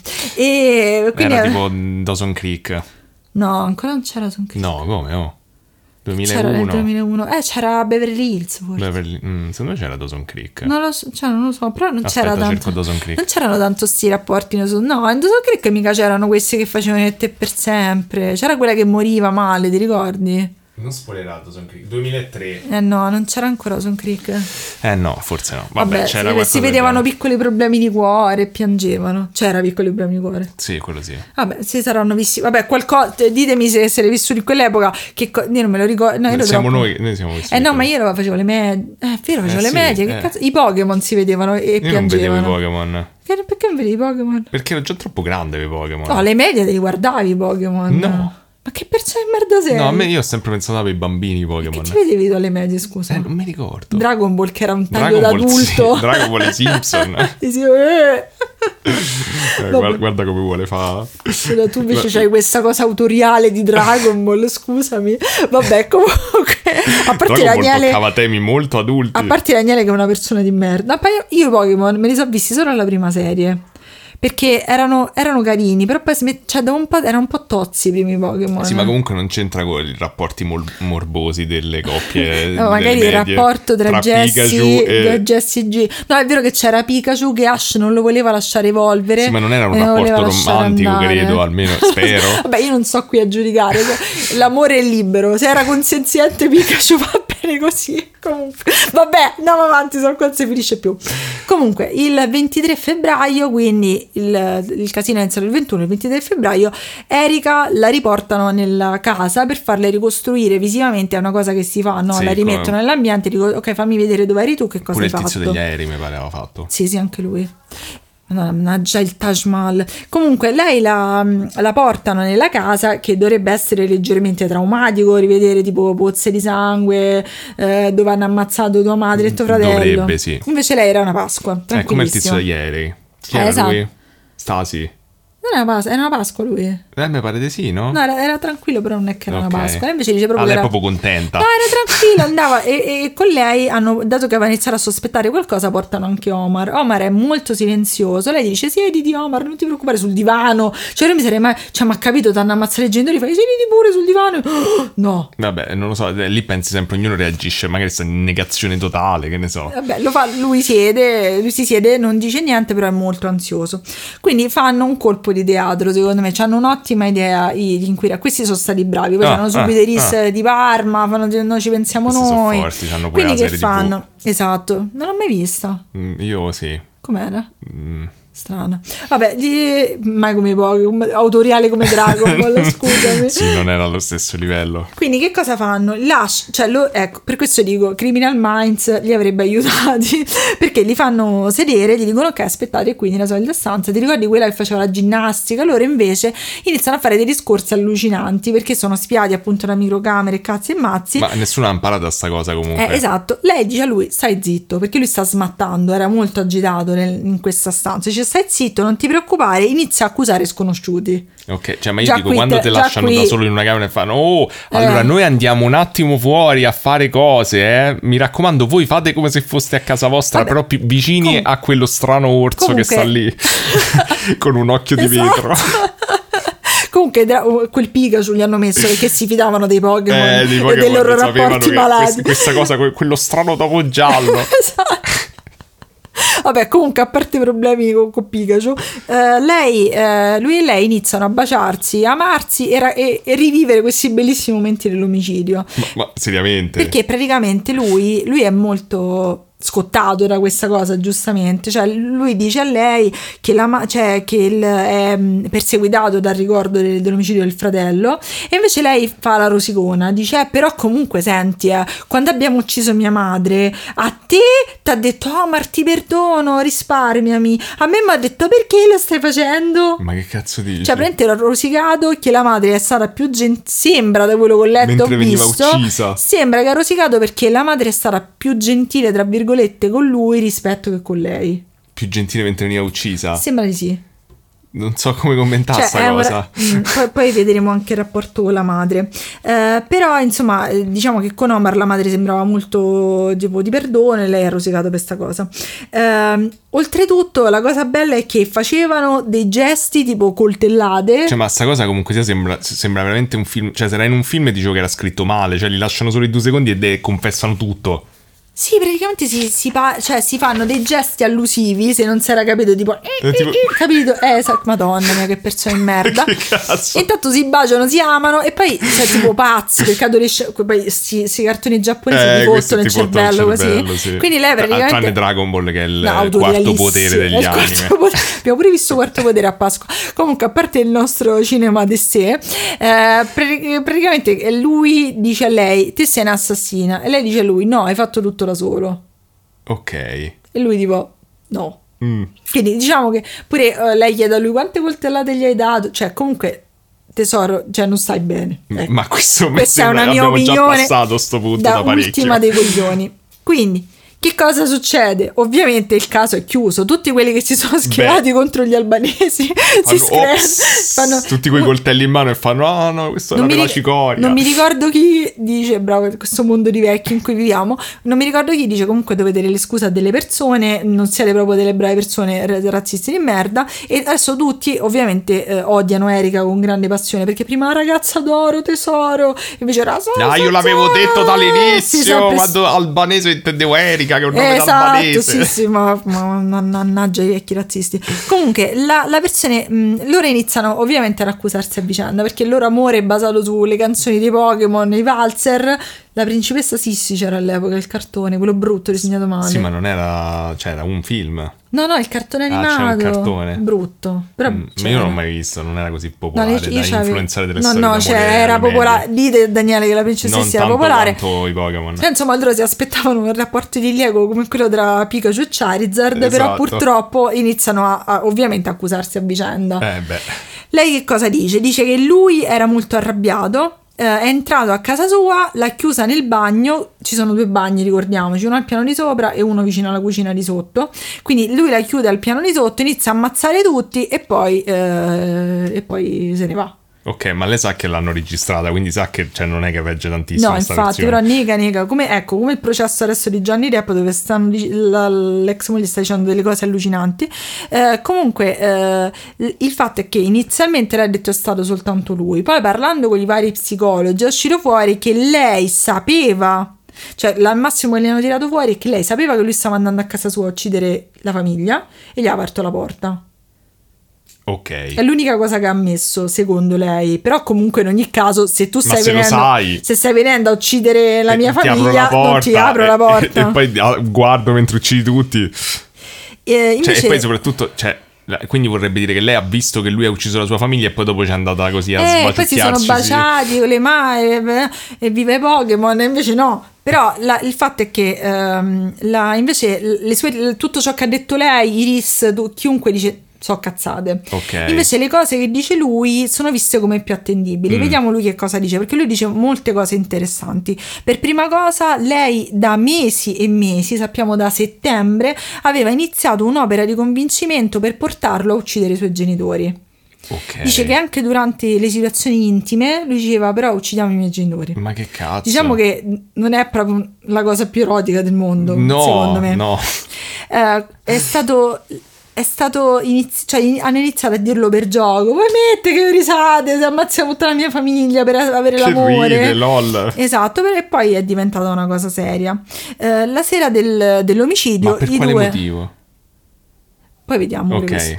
S3: E quindi
S1: era tipo Dawson Creek.
S3: No, ancora non c'era Dawson Creek.
S1: No, come? 2001.
S3: C'era nel 2001. C'era Beverly Hills forse.
S1: Secondo me c'era Dawson Creek.
S3: Non lo so, però non c'era tanto.
S1: Dawson Creek.
S3: Non c'erano tanto sti rapporti. No, in Dawson Creek mica c'erano questi che facevano il te per sempre. C'era quella che moriva male, ti ricordi?
S1: Non spoilerato Dawson Creek 2003.
S3: No, non c'era ancora Dawson Creek.
S1: No, forse no. Vabbè, c'era
S3: si vedevano piccoli problemi di cuore e piangevano. C'era piccoli problemi di cuore.
S1: Sì, quello sì.
S3: Vabbè, si saranno visti. Vabbè, qualcosa. Ditemi se siete vissuti in quell'epoca. Io non me lo ricordo. No, noi siamo vissuti. No, ma io facevo le medie. Facevo le medie. Che cazzo? I Pokémon si vedevano e piangevano.
S1: Non vedevo i Pokémon.
S3: Perché non vedi i Pokémon?
S1: Perché ero già troppo grande per i Pokémon.
S3: No, le medie te li guardavi i Pokémon.
S1: No.
S3: Ma che persona di merda sei?
S1: No, io ho sempre pensato per i bambini Pokémon.
S3: Che ti vedevi tu alle medie, scusa?
S1: Non mi ricordo.
S3: Dragon Ball, che era un taglio d'adulto.
S1: Sì, Dragon Ball e Simpson. Guarda come vuole fa.
S3: Tu invece c'hai questa cosa autoriale di Dragon Ball, scusami. Vabbè, comunque, a parte
S1: Dragon Ball toccava temi molto adulti.
S3: A parte Daniele che è una persona di merda. Poi io i Pokémon me li sono visti solo alla prima serie, perché erano carini, però poi dopo un po' erano un po' tozzi i primi Pokémon.
S1: Sì, ma comunque non c'entra con i rapporti morbosi delle coppie.
S3: No, magari il rapporto tra Jessie e G. No, è vero che c'era Pikachu che Ash non lo voleva lasciare evolvere.
S1: Sì, ma non era un rapporto romantico, credo, almeno spero.
S3: Vabbè, io non so qui a giudicare. L'amore è libero. Se era consenziente Pikachu va bene così. Comunque, vabbè, andiamo avanti, se non si finisce più. Comunque, il 23 febbraio, quindi il casino è iniziato il 21, il 23 febbraio, Erika la riportano nella casa per farle ricostruire visivamente. È una cosa che si fa, no?
S1: Sì,
S3: la rimettono nell'ambiente, dico ok, fammi vedere dove eri tu, che cosa hai fatto.
S1: Pure il tizio degli aerei mi pare aveva fatto.
S3: Sì, anche lui. Mannaggia il Taj Mahal. Comunque lei la portano nella casa, che dovrebbe essere leggermente traumatico, rivedere tipo pozze di sangue, dove hanno ammazzato tua madre e tuo fratello.
S1: Dovrebbe, sì.
S3: Invece lei era una Pasqua,
S1: è come il tizio degli aerei. Chi era
S3: esatto.
S1: lui? Stasi.
S3: Non era una Pasqua lui.
S1: Mi pare di sì, no?
S3: No, era tranquillo, però non è che era una Pasqua. Lei invece dice proprio
S1: lei è proprio contenta.
S3: No, era tranquillo, andava e con lei dato che aveva iniziato a sospettare qualcosa, portano anche Omar. Omar è molto silenzioso. Lei dice: siediti Omar, non ti preoccupare, sul divano. Cioè io mi sarei mai, ma capito, ti hanno ammazzato i genitori, fai siediti pure sul divano. No.
S1: Vabbè, non lo so, lì pensi sempre, ognuno reagisce, magari sta in negazione totale, che ne so.
S3: Vabbè, lo fa, lui si siede, non dice niente, però è molto ansioso. Quindi fanno un colpo di teatro, secondo me, hanno un'ottima idea gli inquirenti. Questi sono stati bravi, poi hanno subito i RIS di Parma, noi ci pensiamo
S1: questi
S3: noi.
S1: Sono forti, hanno pure quindi
S3: che fanno? Esatto, non l'ho mai vista.
S1: Io sì.
S3: Com'era? Strana. Vabbè, mai come Pokémon, autoriale come Dragon Ball, scusami.
S1: Sì, non era allo stesso livello.
S3: Quindi che cosa fanno? Ecco, per questo dico, Criminal Minds li avrebbe aiutati, perché li fanno sedere, gli dicono ok, aspettate qui nella solita stanza, ti ricordi quella che faceva la ginnastica? Loro invece iniziano a fare dei discorsi allucinanti, perché sono spiati appunto da microcamere, cazzi e mazzi.
S1: Ma nessuno ha imparato a sta cosa comunque.
S3: Esatto. Lei dice a lui: stai zitto, perché lui sta smattando, era molto agitato in questa stanza. Dice: stai zitto, non ti preoccupare, inizia a accusare sconosciuti.
S1: Ok, cioè ma io dico, quando te lasciano da solo in una camera e fanno allora noi andiamo un attimo fuori a fare cose, mi raccomando, voi fate come se foste a casa vostra. Vabbè, però più vicini a quello strano orso comunque, che sta lì con un occhio di vetro.
S3: Comunque quel Pikachu gli hanno messo perché si fidavano dei Pokémon e dei loro rapporti malati.
S1: Questa cosa, quello strano topo giallo.
S3: Esatto. Vabbè, comunque, a parte i problemi con Pikachu, lui e lei iniziano a baciarsi, amarsi e rivivere questi bellissimi momenti dell'omicidio.
S1: Ma seriamente?
S3: Perché praticamente lui è molto scottato da questa cosa, giustamente. Cioè lui dice a lei che è perseguitato dal ricordo dell'omicidio del fratello, e invece lei fa la rosicona, dice però comunque senti, quando abbiamo ucciso mia madre a te t'ha detto Omar ti perdono, risparmiami, a me mi ha detto perché lo stai facendo?
S1: Ma che cazzo dici?
S3: Cioè praticamente l'ho rosicato, che la madre è stata più sembra, da quello che ho letto,
S1: mentre
S3: ho
S1: veniva
S3: visto,
S1: uccisa,
S3: sembra che ha rosicato perché la madre è stata più gentile tra virgolette con lui rispetto che con lei.
S1: Più gentile mentre veniva uccisa?
S3: Sembra di sì.
S1: Non so come commentare sta cosa.
S3: Poi vedremo anche il rapporto con la madre. Però insomma, diciamo che con Omar la madre sembrava molto tipo di perdono e lei ha rosicato per sta cosa. Oltretutto la cosa bella è che facevano dei gesti tipo coltellate.
S1: Cioè, ma sta cosa comunque sia sembra veramente un film. Cioè, se era in un film dicevo che era scritto male. Cioè, li lasciano solo i 2 secondi e confessano tutto.
S3: Sì, praticamente si fanno dei gesti allusivi, se non si era capito, tipo capito? Madonna mia, che persona in merda.
S1: Che cazzo?
S3: E intanto si baciano, si amano e poi tipo pazzi, perché adorisce poi sti cartoni giapponesi ti fottono il cervello così. Sì. Quindi lei praticamente,
S1: tranne Dragon Ball, che è il quarto potere degli anime.
S3: Abbiamo pure visto quarto potere a Pasqua. Comunque, a parte il nostro cinema de sé, praticamente lui dice a lei te sei un'assassina, e lei dice a lui no, hai fatto tutto da solo.
S1: Ok.
S3: E lui tipo no. Quindi diciamo che pure lei chiede a lui quante coltellate gli hai dato. Cioè comunque tesoro, cioè non stai bene.
S1: Ecco. Ma questa
S3: è una mia opinione,
S1: già passato sto punto da parecchio.
S3: Ultima dei coglioni. Quindi che cosa succede? Ovviamente il caso è chiuso. Tutti quelli che si sono schierati contro gli albanesi fanno
S1: tutti quei coltelli in mano e fanno no, questo è la cicoria.
S3: Non mi ricordo chi dice, bravo, questo mondo di vecchi in cui viviamo, non mi ricordo chi dice comunque dovete dare le scuse a delle persone, non siete proprio delle brave persone, razzisti di merda. E adesso tutti ovviamente odiano Erika con grande passione, perché prima ragazza d'oro, tesoro, invece era
S1: io l'avevo detto dall'inizio, quando albanese intendevo Erika, che è un nome d'albanese.
S3: Sì, ma mannaggia i vecchi razzisti. Comunque la versione loro iniziano ovviamente ad accusarsi a vicenda, perché il loro amore è basato sulle canzoni dei Pokémon, i valzer. La principessa Sissi c'era all'epoca, il cartone, quello brutto disegnato male.
S1: Sì, ma non era, cioè era un film.
S3: No, il cartone animato.
S1: C'era un cartone brutto.
S3: Però
S1: ma io non l'ho mai visto, non era così popolare da influenzare delle storie d'amore.
S3: Era popolare. Dite Daniele che la principessa Sissi era popolare.
S1: Non tanto i Pokémon.
S3: Insomma, loro si aspettavano un rapporto di Lego come quello tra Pikachu e Charizard,
S1: esatto.
S3: Però purtroppo iniziano a ovviamente accusarsi a vicenda. Lei che cosa dice? Dice che lui era molto arrabbiato. È entrato a casa sua, l'ha chiusa nel bagno, ci sono 2 bagni, ricordiamoci, uno al piano di sopra e uno vicino alla cucina di sotto, quindi lui la chiude al piano di sotto, inizia a ammazzare tutti e poi se ne va.
S1: Ok, ma lei sa che l'hanno registrata, quindi sa che non è che regge tantissimo.
S3: No, infatti, però nega. Come il processo adesso di Johnny Depp, dove l'ex moglie sta dicendo delle cose allucinanti. Comunque, il fatto è che inizialmente lei ha detto è stato soltanto lui. Poi parlando con i vari psicologi è uscito fuori che lei sapeva, cioè al massimo che le hanno tirato fuori è che lei sapeva che lui stava andando a casa sua a uccidere la famiglia e gli ha aperto la porta.
S1: Ok.
S3: È l'unica cosa che ha ammesso, secondo lei. Però comunque in ogni caso, se tu stai venendo a uccidere la mia famiglia, non ti apro la porta.
S1: E poi guardo mentre uccidi tutti. E poi soprattutto, quindi vorrebbe dire che lei ha visto che lui ha ucciso la sua famiglia e poi dopo c'è andata così a sbaciucchiarci.
S3: Poi si sono baciati con le mani e vive Pokémon, invece no. Però il fatto è che invece tutto ciò che ha detto lei, Iris, chiunque dice so cazzate.
S1: Okay.
S3: Invece le cose che dice lui sono viste come più attendibili. Vediamo lui che cosa dice, perché lui dice molte cose interessanti. Per prima cosa, lei da mesi e mesi, sappiamo da settembre, aveva iniziato un'opera di convincimento per portarlo a uccidere i suoi genitori.
S1: Okay.
S3: Dice che anche durante le situazioni intime lui diceva però uccidiamo i miei genitori.
S1: Ma che cazzo,
S3: diciamo che non è proprio la cosa più erotica del mondo, secondo me. È stato hanno iniziato a dirlo per gioco. Voi mette che risate, se ammazziamo tutta la mia famiglia per avere
S1: che
S3: l'amore
S1: ride, lol.
S3: Esatto, e poi è diventata una cosa seria. La sera dell'omicidio,
S1: ma per quale motivo?
S3: Poi vediamo.
S1: Okay.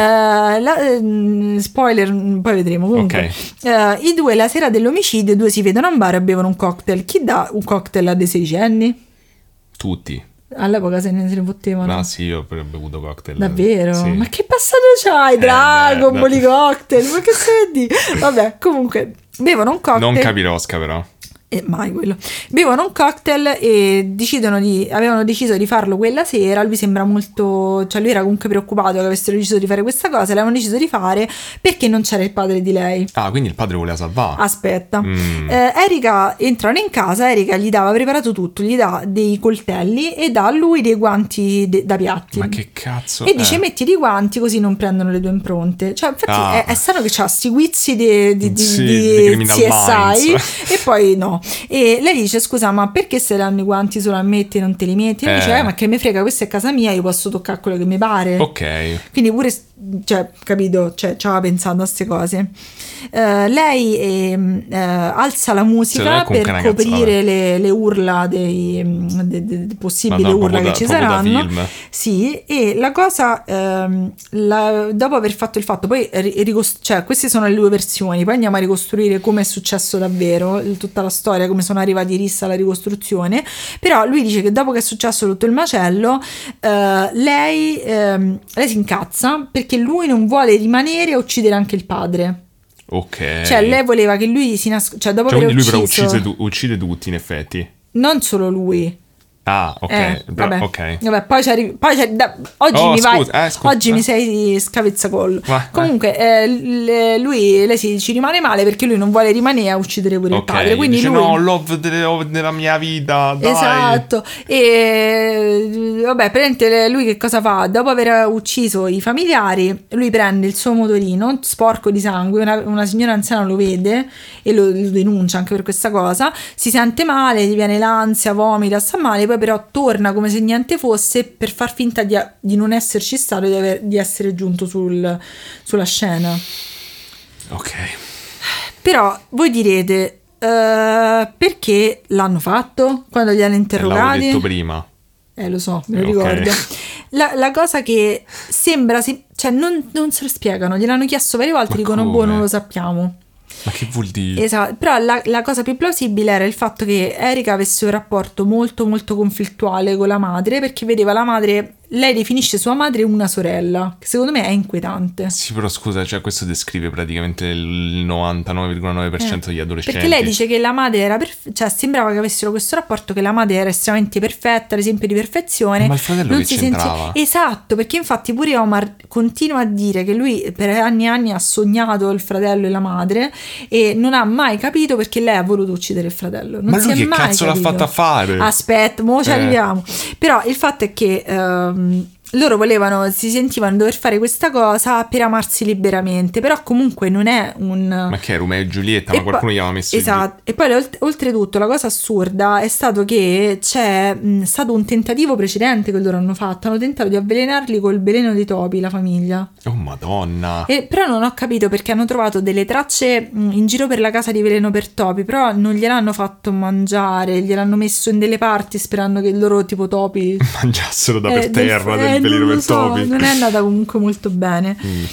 S3: Spoiler, poi vedremo. Comunque, i due la sera dell'omicidio, i due si vedono a un bar e bevono un cocktail. Chi dà un cocktail a dei 16enni?
S1: Tutti.
S3: All'epoca se ne fottevano.
S1: Ah sì, io ho bevuto cocktail.
S3: Davvero?
S1: Sì.
S3: Ma che passato c'hai? Dragon Ball cocktail? Ma che stai di? Vabbè, comunque bevono un cocktail.
S1: Non capirosca però.
S3: Mai quello. Bevono un cocktail e avevano deciso di farlo quella sera. Lui sembra molto, cioè lui era comunque preoccupato che avessero deciso di fare questa cosa. L'avevano deciso di fare perché non c'era il padre di lei.
S1: Ah, quindi il padre voleva salvare.
S3: Aspetta. Erika, entrano in casa, Erika gli dava preparato tutto, gli dà dei coltelli e dà a lui dei guanti da piatti.
S1: Ma che cazzo?
S3: E dice metti i guanti così non prendono le tue impronte. Cioè infatti è strano che c'ha sti guizzi di CSI e poi no. E lei dice scusa ma perché se danno i guanti solo a me e non te li metti? E dice ma che me frega, questa è casa mia, io posso toccare quello che mi pare.
S1: Ok.
S3: Quindi pure, cioè, capito, cioè ci aveva pensato a queste cose. Lei alza la musica per coprire le urla dei possibili urla che ci saranno. Sì, e la cosa dopo aver fatto il fatto poi cioè queste sono le due versioni, poi andiamo a ricostruire come è successo davvero, tutta la storia, come sono arrivati Rissa alla ricostruzione. Però lui dice che dopo che è successo tutto il macello lei si incazza perché lui non vuole rimanere a uccidere anche il padre.
S1: Ok.
S3: Cioè lei voleva che lui si dopo aver
S1: lui
S3: ucciso,
S1: però uccide tutti in effetti.
S3: Non solo lui.
S1: ok.
S3: Vabbè.
S1: Ok.
S3: Vabbè, oggi mi sei scavezzacollo. Comunque lei ci rimane male perché lui non vuole rimanere a uccidere pure il padre. Quindi
S1: dice,
S3: lui...
S1: no, love della mia vita, dai.
S3: Esatto. E vabbè, praticamente lui che cosa fa? Dopo aver ucciso i familiari, lui prende il suo motorino sporco di sangue, una signora anziana lo vede e lo denuncia anche per questa cosa, si sente male, gli viene l'ansia, vomita, sta male, poi però torna come se niente fosse per far finta di non esserci stato e di essere giunto sulla scena.
S1: Ok.
S3: Però voi direte, perché l'hanno fatto quando li hanno interrogati?
S1: L'avevo detto prima.
S3: Lo so, me lo ricordo. La cosa che sembra, cioè non se lo spiegano, gliel'hanno chiesto varie volte, dicono boh, non lo sappiamo.
S1: Ma che vuol dire?
S3: Esatto, però la cosa più plausibile era il fatto che Erika avesse un rapporto molto molto conflittuale con la madre, perché vedeva la madre, lei definisce sua madre una sorella, che secondo me è inquietante.
S1: Sì, però scusa, cioè questo descrive praticamente il 99,9% degli adolescenti.
S3: Perché lei dice che la madre era cioè sembrava che avessero questo rapporto, che la madre era estremamente perfetta, l'esempio di perfezione.
S1: Ma il fratello non che c'entrava?
S3: Esatto, perché infatti pure Omar continua a dire che lui per anni e anni ha sognato il fratello e la madre e non ha mai capito perché lei ha voluto uccidere il fratello. Non
S1: ma lui
S3: che
S1: cazzo
S3: capito.
S1: L'ha fatta fare?
S3: Aspetta, mo ci arriviamo. Però il fatto è che loro si sentivano dover fare questa cosa per amarsi liberamente, però comunque non è
S1: ma che è Romeo e Giulietta, ma qualcuno gli aveva messo
S3: esatto. E poi oltretutto la cosa assurda è stato che c'è stato un tentativo precedente che loro hanno fatto, hanno tentato di avvelenarli col veleno dei topi, la famiglia.
S1: Oh madonna.
S3: Però non ho capito perché hanno trovato delle tracce in giro per la casa di veleno per topi, però non gliel'hanno fatto mangiare, gliel'hanno messo in delle parti sperando che loro tipo topi
S1: mangiassero da per terra del veleno per topi.
S3: Non è andata comunque molto bene.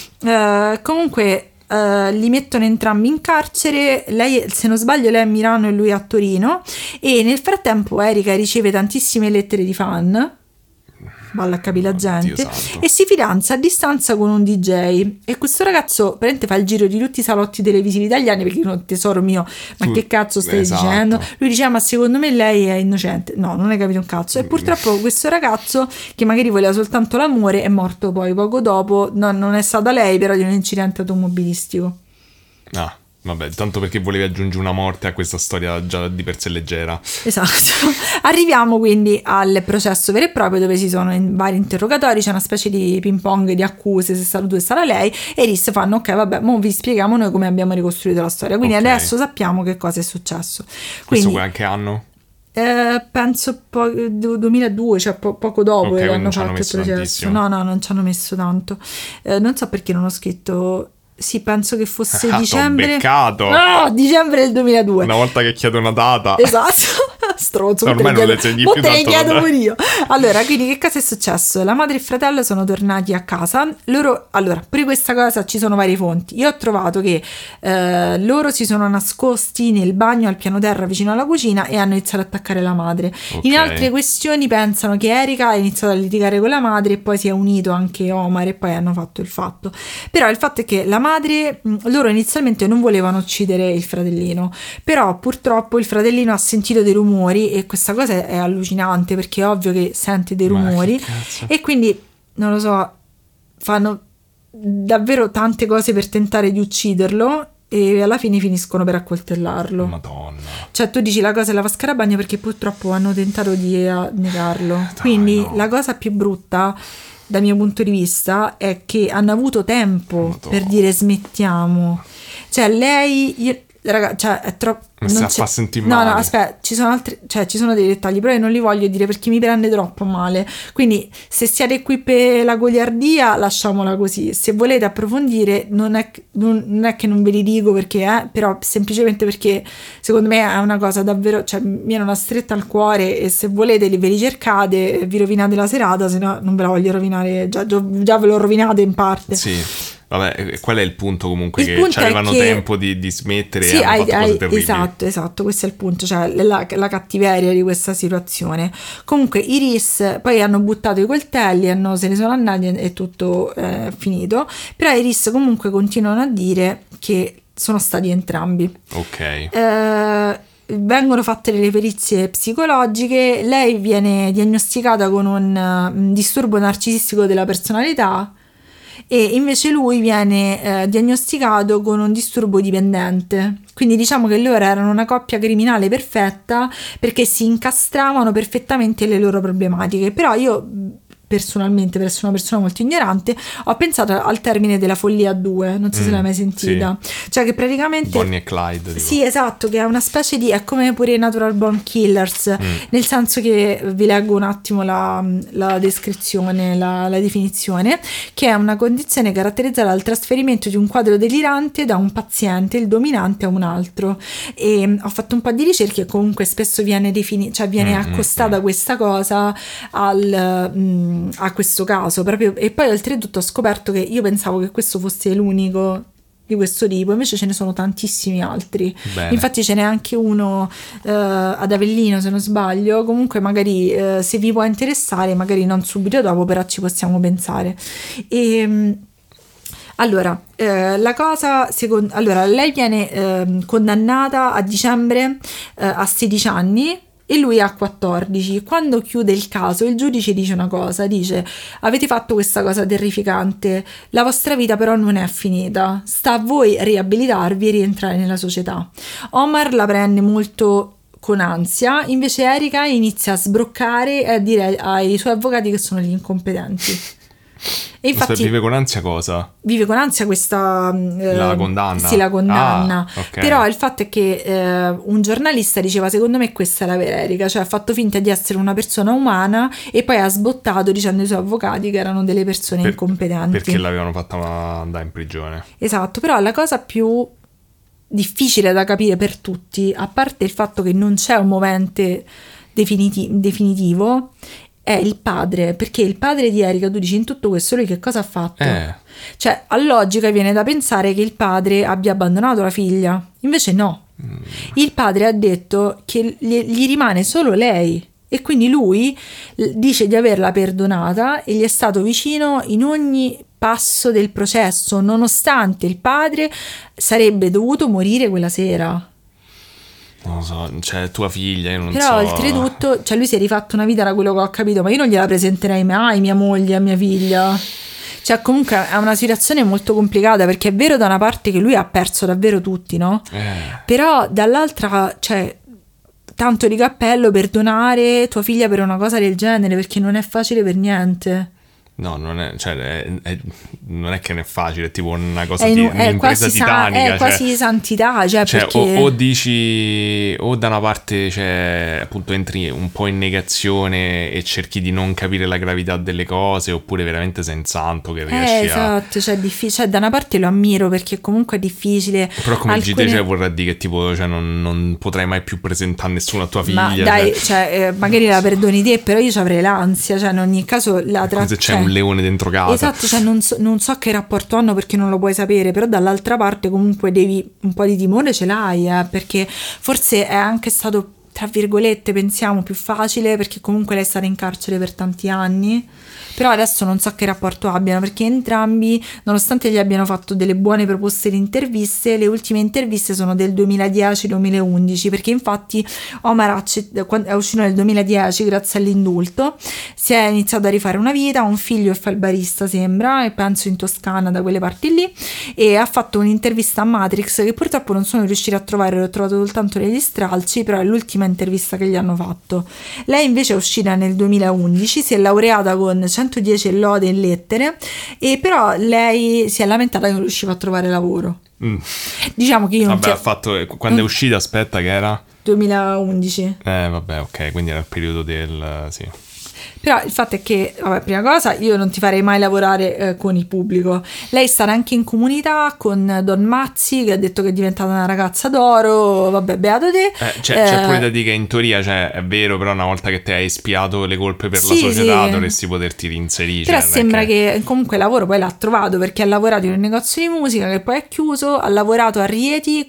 S3: Comunque li mettono entrambi in carcere, lei, se non sbaglio, lei è a Milano e lui a Torino, e nel frattempo Erika riceve tantissime lettere di fan, balla a capire la gente, e si fidanza a distanza con un DJ, e questo ragazzo praticamente fa il giro di tutti i salotti televisivi italiani perché non, tesoro mio, ma che cazzo stai dicendo? Lui dice ma secondo me lei è innocente. No, non hai capito un cazzo. E purtroppo questo ragazzo, che magari voleva soltanto l'amore, è morto poi poco dopo. No, non è stata lei, però di un incidente automobilistico.
S1: Vabbè, tanto perché volevi aggiungere una morte a questa storia già di per sé leggera.
S3: Esatto. Arriviamo quindi al processo vero e proprio, dove ci sono vari interrogatori, c'è una specie di ping pong di accuse, se sarà tu e sarà lei, e i RIS fanno ok, vabbè, mo vi spieghiamo noi come abbiamo ricostruito la storia, quindi adesso sappiamo che cosa è successo.
S1: Questo anche anno?
S3: Penso 2002, cioè poco dopo che hanno fatto il processo.
S1: Tantissimo.
S3: No, non ci hanno messo tanto. Non so perché non ho scritto. Sì, penso che fosse dicembre.
S1: Beccato.
S3: No, dicembre del 2002.
S1: Una volta che chiedo una data.
S3: Esatto. Stronzo.
S1: Ormai non le segni più tanto.
S3: Te ne chiedo pure io. Allora, quindi che cosa è successo? La madre e il fratello sono tornati a casa. Allora, per questa cosa ci sono varie fonti. Io ho trovato che loro si sono nascosti nel bagno al piano terra vicino alla cucina e hanno iniziato ad attaccare la madre. In altre questioni pensano che Erika ha iniziato a litigare con la madre e poi si è unito anche Omar e poi hanno fatto il fatto. Però il fatto è che la madre, loro inizialmente non volevano uccidere il fratellino, però purtroppo il fratellino ha sentito dei rumori, e questa cosa è allucinante perché è ovvio che sente dei rumori e quindi non lo so, fanno davvero tante cose per tentare di ucciderlo e alla fine finiscono per accoltellarlo.
S1: Madonna.
S3: Cioè tu dici la cosa è la vasca da bagno perché purtroppo hanno tentato di negarlo. Quindi la cosa più brutta dal mio punto di vista è che hanno avuto tempo per dire smettiamo. Cioè lei, cioè è troppo.
S1: Non fa sentire male.
S3: No, aspetta, ci sono altri, cioè ci sono dei dettagli, però io non li voglio dire perché mi prende troppo male. Quindi se siete qui per la goliardia, lasciamola così. Se volete approfondire, non è che non ve li dico perché però semplicemente perché secondo me è una cosa davvero, cioè mi viene una stretta al cuore, e se volete ve li cercate, vi rovinate la serata, se no non ve la voglio rovinare, già ve l'ho rovinata in parte.
S1: Sì. Vabbè, qual è il punto comunque? Che avevano tempo di smettere,
S3: sì,
S1: e hanno fatto cose terribili.
S3: Esatto, questo è il punto, cioè la cattiveria di questa situazione. Comunque i RIS poi hanno buttato i coltelli, se ne sono andati e tutto è finito, però i RIS comunque continuano a dire che sono stati entrambi.
S1: Ok.
S3: vengono fatte le perizie psicologiche, lei viene diagnosticata con un disturbo narcisistico della personalità e invece lui viene diagnosticato con un disturbo dipendente. Quindi diciamo che loro erano una coppia criminale perfetta perché si incastravano perfettamente le loro problematiche. Però io personalmente, per essere una persona molto ignorante, ho pensato al termine della follia 2, non so se l'hai mai sentita, sì. Cioè che praticamente
S1: Bonnie e Clyde tipo.
S3: Sì, esatto, che è una specie di, è come pure i Natural Born Killers, nel senso che vi leggo un attimo la descrizione, la definizione, che è una condizione caratterizzata dal trasferimento di un quadro delirante da un paziente, il dominante, a un altro. E ho fatto un po' di ricerche e comunque spesso viene viene accostata questa cosa a questo caso proprio. E poi oltretutto ho scoperto che io pensavo che questo fosse l'unico di questo tipo, invece ce ne sono tantissimi altri. Bene. Infatti ce n'è anche uno ad Avellino, se non sbaglio. Comunque magari se vi può interessare, magari non subito dopo, però ci possiamo pensare. E allora, la cosa allora lei viene condannata a dicembre a 16 anni e lui ha 14. Quando chiude il caso, il giudice dice una cosa, dice: avete fatto questa cosa terrificante, la vostra vita però non è finita, sta a voi riabilitarvi e rientrare nella società. Omar la prende molto con ansia, invece Erika inizia a sbroccare e a dire ai suoi avvocati che sono gli incompetenti. E infatti
S1: vive con ansia cosa?
S3: Vive con ansia questa
S1: la condanna.
S3: Sì, la condanna.
S1: Okay.
S3: Però il fatto è che un giornalista diceva: secondo me questa è la vera Erika, cioè ha fatto finta di essere una persona umana e poi ha sbottato dicendo ai suoi avvocati che erano delle persone incompetenti
S1: perché l'avevano fatta andare in prigione.
S3: Esatto. Però la cosa più difficile da capire per tutti, a parte il fatto che non c'è un movente definitivo, è il padre, perché il padre di Erika, tu dici, in tutto questo lui che cosa ha fatto? Cioè, a logica viene da pensare che il padre abbia abbandonato la figlia, invece no. Il padre ha detto che gli rimane solo lei e quindi lui dice di averla perdonata e gli è stato vicino in ogni passo del processo, nonostante il padre sarebbe dovuto morire quella sera.
S1: Non lo so, cioè tua figlia, io non
S3: però
S1: so.
S3: Però oltretutto, cioè lui si è rifatto una vita, da quello che ho capito, ma io non gliela presenterei mai mia moglie a mia figlia. Cioè comunque è una situazione molto complicata, perché è vero da una parte che lui ha perso davvero tutti, no? Però dall'altra, cioè, tanto di cappello perdonare tua figlia per una cosa del genere, perché non è facile per niente.
S1: No, non è, cioè, non è che non è facile, è tipo una cosa un'impresa titanica.
S3: È quasi santità, cioè perché...
S1: o dici, o da una parte, cioè, appunto entri un po' in negazione e cerchi di non capire la gravità delle cose, oppure veramente sei un santo che riesci
S3: esatto, cioè, cioè da una parte lo ammiro perché comunque è difficile.
S1: Però come GD, cioè, vorrà dire che tipo, cioè, non potrai mai più presentare nessuno a tua figlia.
S3: Ma dai, cioè, magari la perdoni te, però io ci avrei l'ansia, cioè in ogni caso la
S1: c'è un leone dentro casa.
S3: Esatto, cioè non so che rapporto hanno, perché non lo puoi sapere, però dall'altra parte comunque devi, un po' di timore ce l'hai, perché forse è anche stato, tra virgolette, pensiamo più facile, perché comunque lei è stata in carcere per tanti anni. Però adesso non so che rapporto abbiano, perché entrambi, nonostante gli abbiano fatto delle buone proposte di interviste, le ultime interviste sono del 2010-2011, perché infatti Omar è uscito nel 2010 grazie all'indulto, si è iniziato a rifare una vita, ha un figlio e fa il barista, sembra, e penso in Toscana, da quelle parti lì, e ha fatto un'intervista a Matrix che purtroppo non sono riuscita a trovare, l'ho trovato soltanto negli stralci, però è l'ultima intervista che gli hanno fatto. Lei invece è uscita nel 2011, si è laureata con 110 lode in lettere, e però lei si è lamentata che non riusciva a trovare lavoro. Diciamo che io non
S1: ha fatto, quando è uscita, aspetta, che era?
S3: 2011.
S1: Vabbè, ok, quindi era il periodo del... sì.
S3: Però il fatto è che, vabbè, prima cosa, io non ti farei mai lavorare con il pubblico. Lei starà anche in comunità con Don Mazzi, che ha detto che è diventata una ragazza d'oro, vabbè, beato te.
S1: C'è pure da dire che in teoria, cioè, è vero, però una volta che ti hai espiato le colpe per la società, dovresti poterti reinserire.
S3: Però sembra che comunque il lavoro poi l'ha trovato, perché ha lavorato in un negozio di musica che poi è chiuso, ha lavorato a Rieti come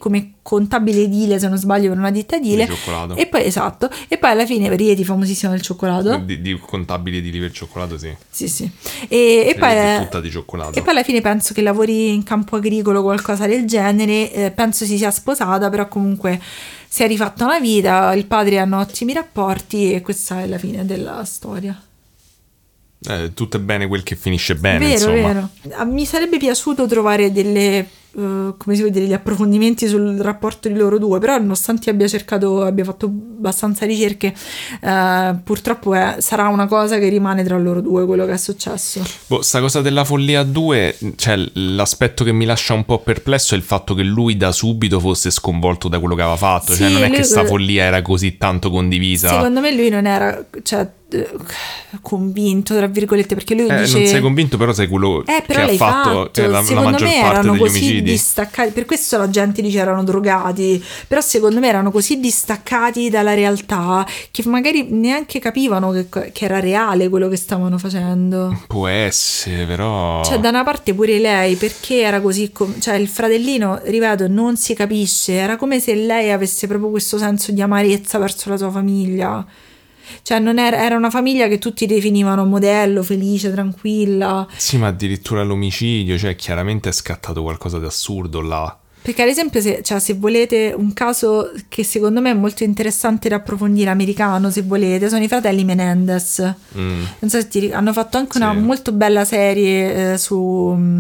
S3: contabile edile, se non sbaglio, per una ditta edile.
S1: Di cioccolato.
S3: E poi, esatto, e poi alla fine, per Rieti, famosissimo del cioccolato.
S1: Di contabili edili per cioccolato, sì.
S3: Sì. E poi
S1: è tutta di cioccolato.
S3: E poi alla fine penso che lavori in campo agricolo o qualcosa del genere, penso si sia sposata, però comunque si è rifatta una vita, il padre hanno ottimi rapporti e questa è la fine della storia.
S1: Tutto è bene quel che finisce bene,
S3: vero,
S1: insomma.
S3: Vero. Mi sarebbe piaciuto trovare delle come si può dire, degli approfondimenti sul rapporto di loro due, però nonostante abbia fatto abbastanza ricerche, purtroppo sarà una cosa che rimane tra loro due, quello che è successo.
S1: Sta cosa della follia 2, cioè l'aspetto che mi lascia un po' perplesso è il fatto che lui da subito fosse sconvolto da quello che aveva fatto,
S3: sì,
S1: cioè non è che sta follia era così tanto condivisa.
S3: Secondo me lui non era, cioè, convinto, tra virgolette, perché lui dice
S1: non sei convinto, però sei quello che ha fatto la
S3: secondo
S1: maggior
S3: me
S1: parte
S3: erano
S1: degli
S3: così
S1: omicidi
S3: distaccati, per questo la gente dice erano drogati, però secondo me erano così distaccati dalla realtà che magari neanche capivano che era reale quello che stavano facendo.
S1: Può essere, però
S3: cioè da una parte pure lei, perché era così cioè il fratellino, ripeto, non si capisce, era come se lei avesse proprio questo senso di amarezza verso la sua famiglia. Cioè non era una famiglia che tutti definivano modello, felice, tranquilla.
S1: Sì, ma addirittura l'omicidio, cioè chiaramente è scattato qualcosa di assurdo là.
S3: Perché ad esempio se volete un caso che secondo me è molto interessante da approfondire, americano se volete, sono i fratelli Menendez. Non so se hanno fatto anche una molto bella serie su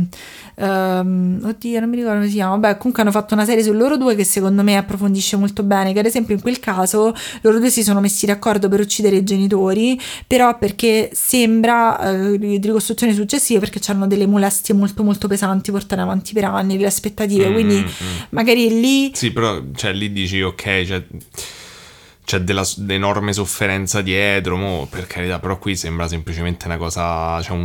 S3: oddio non mi ricordo come si chiama, vabbè, comunque hanno fatto una serie su loro due che secondo me approfondisce molto bene, che ad esempio in quel caso loro due si sono messi d'accordo per uccidere i genitori, però perché sembra di ricostruzioni successive, perché c'erano delle molestie molto molto pesanti portate avanti per anni, le aspettative, quindi magari lì
S1: sì, però cioè lì dici ok, c'è dell'enorme sofferenza dietro, per carità, però qui sembra semplicemente una cosa, cioè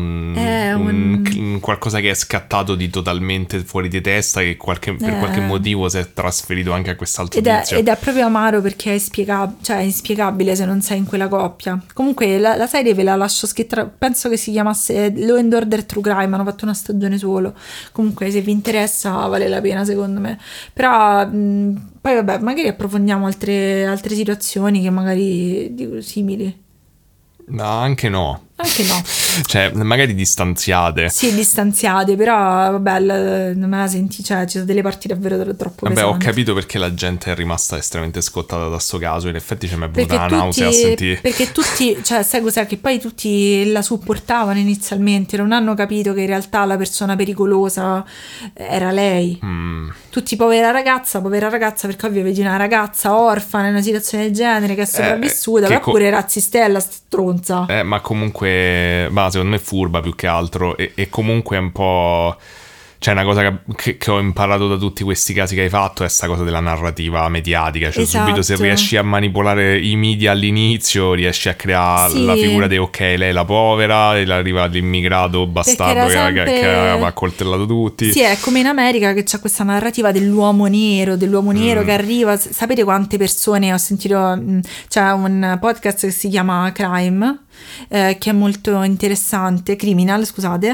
S1: un qualcosa che è scattato di totalmente fuori di testa, che per qualche motivo si è trasferito anche a quest'altro tizio.
S3: Ed è proprio amaro perché è inspiegabile se non sei in quella coppia. Comunque la serie ve la lascio scritta, penso che si chiamasse Law and Order True Crime, hanno fatto una stagione solo. Comunque se vi interessa vale la pena secondo me, però poi vabbè, magari approfondiamo altre situazioni che magari simili.
S1: No, anche no.
S3: Anche no.
S1: Cioè, magari distanziate.
S3: Sì, distanziate, però vabbè, non me la senti, cioè ci sono delle parti davvero troppo pesanti.
S1: Vabbè, ho capito perché la gente è rimasta estremamente scottata da sto caso, in effetti ci è venuta la nausea a sentire.
S3: Perché tutti, cioè sai cos'è? Che poi tutti la supportavano inizialmente, non hanno capito che in realtà la persona pericolosa era lei. Tutti povera ragazza, perché ovvio vedi una ragazza orfana in una situazione del genere che è sopravvissuta, però pure razzistella, stronza.
S1: Ma comunque secondo me è furba più che altro e comunque è un po', cioè una cosa che ho imparato da tutti questi casi che hai fatto è sta cosa della narrativa mediatica, cioè subito se riesci a manipolare i media all'inizio riesci a creare la figura di ok, lei è la povera e arriva l'immigrato bastardo che aveva accoltellato tutti.
S3: Sì, è come in America che c'è questa narrativa dell'uomo nero che arriva. Sapete quante persone ho sentito, c'è un podcast che si chiama Crime, che è molto interessante, Criminal, scusate,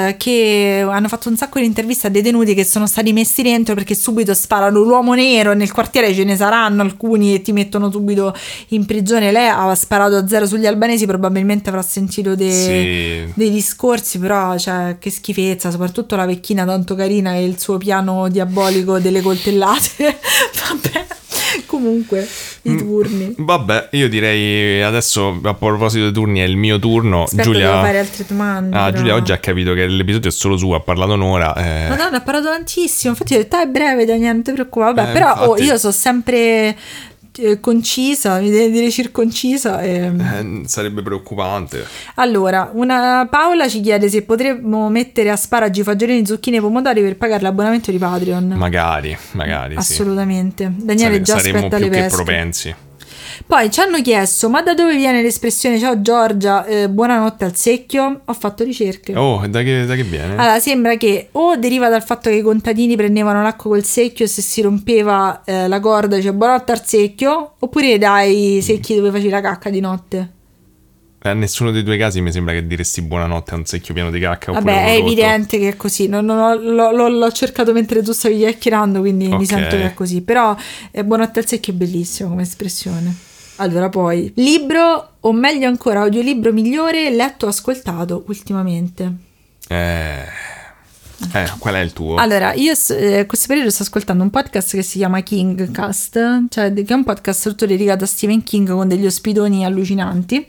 S3: che hanno fatto un sacco di interviste a detenuti che sono stati messi dentro perché subito sparano l'uomo nero, nel quartiere ce ne saranno alcuni e ti mettono subito in prigione. Lei aveva sparato a zero sugli albanesi, probabilmente avrà sentito dei discorsi, però cioè che schifezza, soprattutto la vecchina tanto carina e il suo piano diabolico delle coltellate. Vabbè, comunque i turni.
S1: Vabbè, io direi adesso a proposito dei turni è il mio turno.
S3: Aspetta,
S1: Giulia,
S3: devo fare altre domande.
S1: Giulia oggi ha capito che l'episodio è solo suo, ha parlato un'ora.
S3: Madonna, ha parlato tantissimo. Infatti ho detto è breve, Daniele, non ti preoccupare. Vabbè, però infatti, io sono sempre concisa, mi devi dire circoncisa
S1: sarebbe preoccupante.
S3: Allora, una Paola ci chiede se potremmo mettere asparagi, fagiolini, zucchine e pomodori per pagare l'abbonamento di Patreon.
S1: Magari
S3: assolutamente sì. Daniele già aspetta le pesche. Saremmo più che propensi. Poi ci hanno chiesto, ma da dove viene l'espressione ciao Giorgia, buonanotte al secchio? Ho fatto ricerche.
S1: Oh, da che viene?
S3: Allora, sembra che o deriva dal fatto che i contadini prendevano l'acqua col secchio e se si rompeva la corda dice buonanotte al secchio, oppure dai secchi dove facevi la cacca di notte.
S1: nessuno dei due casi mi sembra che diresti buonanotte a un secchio pieno di cacca.
S3: Vabbè, è evidente che è così. L'ho cercato mentre tu stavi chiacchierando, quindi mi sento che è così. Però buonanotte al secchio è bellissimo come espressione. Allora, poi, libro, o meglio ancora, audiolibro migliore letto o ascoltato ultimamente?
S1: Qual è il tuo?
S3: Allora, io questo periodo sto ascoltando un podcast che si chiama Kingcast, cioè che è un podcast tutto dedicato a Stephen King con degli ospitoni allucinanti.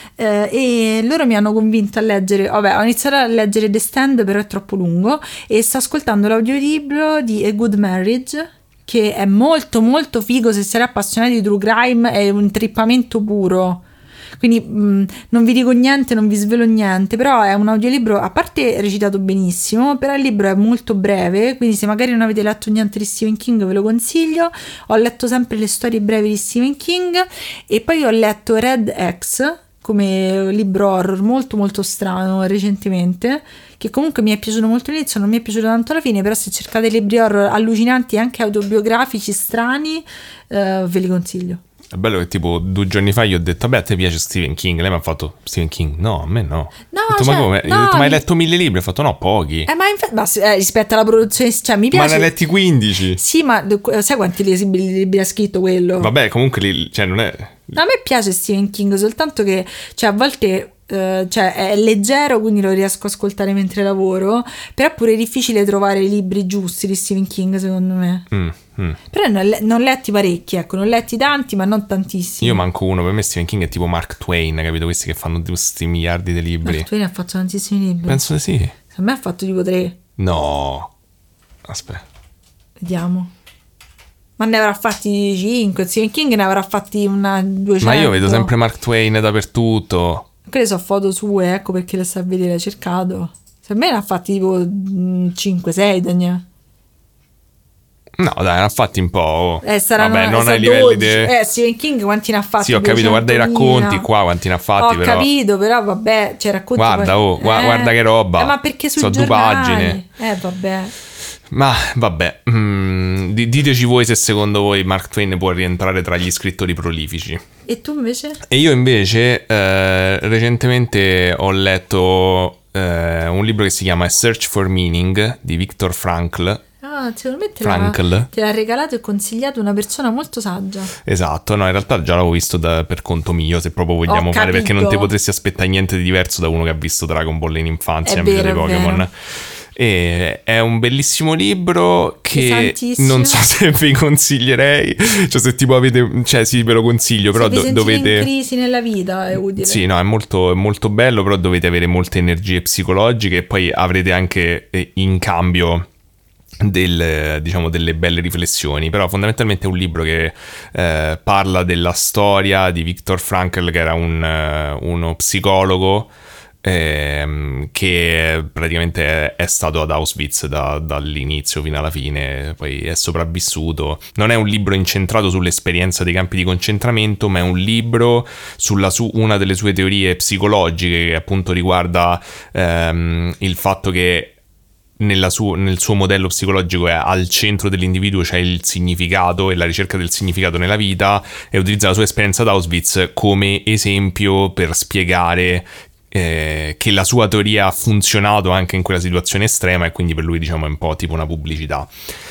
S3: E loro mi hanno convinto a leggere, ho iniziato a leggere The Stand, però è troppo lungo, e sto ascoltando l'audiolibro di A Good Marriage, che è molto molto figo. Se siete appassionati di true crime è un trippamento puro, quindi non vi dico niente, non vi svelo niente, però è un audiolibro, a parte recitato benissimo, però il libro è molto breve, quindi se magari non avete letto niente di Stephen King ve lo consiglio. Ho letto sempre le storie brevi di Stephen King, e poi ho letto Red X come libro horror molto molto strano recentemente, che comunque mi è piaciuto molto all'inizio, non mi è piaciuto tanto alla fine, però se cercate libri horror allucinanti e anche autobiografici strani ve li consiglio.
S1: È bello che tipo 2 giorni fa io ho detto, vabbè, a te piace Stephen King? Lei mi ha fatto, Stephen King? No, a me no.
S3: No,
S1: ho detto, ma come? No, ma hai letto 1000 libri? Ho fatto, no, pochi.
S3: Ma rispetto alla produzione, cioè mi piace.
S1: Ma ne hai letti 15?
S3: Sì, ma sai quanti libri ha scritto quello?
S1: Vabbè, comunque cioè non è...
S3: A me piace Stephen King, soltanto che cioè a volte cioè è leggero, quindi lo riesco a ascoltare mentre lavoro, però è pure difficile trovare i libri giusti di Stephen King, secondo me. Però non letti parecchi, ecco, non letti tanti, ma non tantissimi.
S1: Io manco uno. Per me Stephen King è tipo Mark Twain, capito? Questi che fanno questi miliardi di libri.
S3: Mark Twain ha fatto tantissimi libri.
S1: Penso di sì.
S3: A me ha fatto tipo 3.
S1: No, aspetta,
S3: vediamo. Ma ne avrà fatti 5. Stephen King ne avrà fatti una 200.
S1: Ma io vedo sempre Mark Twain dappertutto.
S3: Quelle sono foto sue, ecco perché le sta a vedere, cercato. Se me ne ha fatti tipo 5-6, Daniele.
S1: No, dai, ne ha fatti un po'.
S3: Saranno,
S1: vabbè, non ai livelli di...
S3: Stephen King quanti ne ha fatti?
S1: Sì, ho capito, guarda i racconti qua, quanti ne ha fatti,
S3: però. Ho capito, però vabbè, c'è racconti.
S1: Guarda, guarda che roba.
S3: Ma perché sui
S1: sono
S3: giornali?
S1: 2 pagine.
S3: Vabbè.
S1: Ma vabbè, diteci voi se secondo voi Mark Twain può rientrare tra gli scrittori prolifici.
S3: E tu invece?
S1: E io invece recentemente ho letto un libro che si chiama A Search for Meaning di Viktor Frankl.
S3: Secondo me te l'ha regalato e consigliato una persona molto saggia.
S1: Esatto, no, in realtà già l'avevo visto per conto mio, se proprio vogliamo fare, perché non ti potresti aspettare niente di diverso da uno che ha visto Dragon Ball in infanzia invece dei Pokémon. E è un bellissimo libro che non so se vi consiglierei, cioè se tipo avete, cioè sì, ve lo consiglio, però dovete
S3: in crisi nella vita è utile.
S1: Sì, no, è molto bello, però dovete avere molte energie psicologiche e poi avrete anche in cambio delle belle riflessioni. Però fondamentalmente è un libro che parla della storia di Viktor Frankl, che era uno psicologo che praticamente è stato ad Auschwitz dall'inizio fino alla fine, poi è sopravvissuto. Non è un libro incentrato sull'esperienza dei campi di concentramento, ma è un libro sulla una delle sue teorie psicologiche, che appunto riguarda il fatto che nel suo modello psicologico è al centro dell'individuo c'è il significato e la ricerca del significato nella vita, e utilizza la sua esperienza ad Auschwitz come esempio per spiegare che la sua teoria ha funzionato anche in quella situazione estrema, e quindi per lui diciamo è un po' tipo una pubblicità.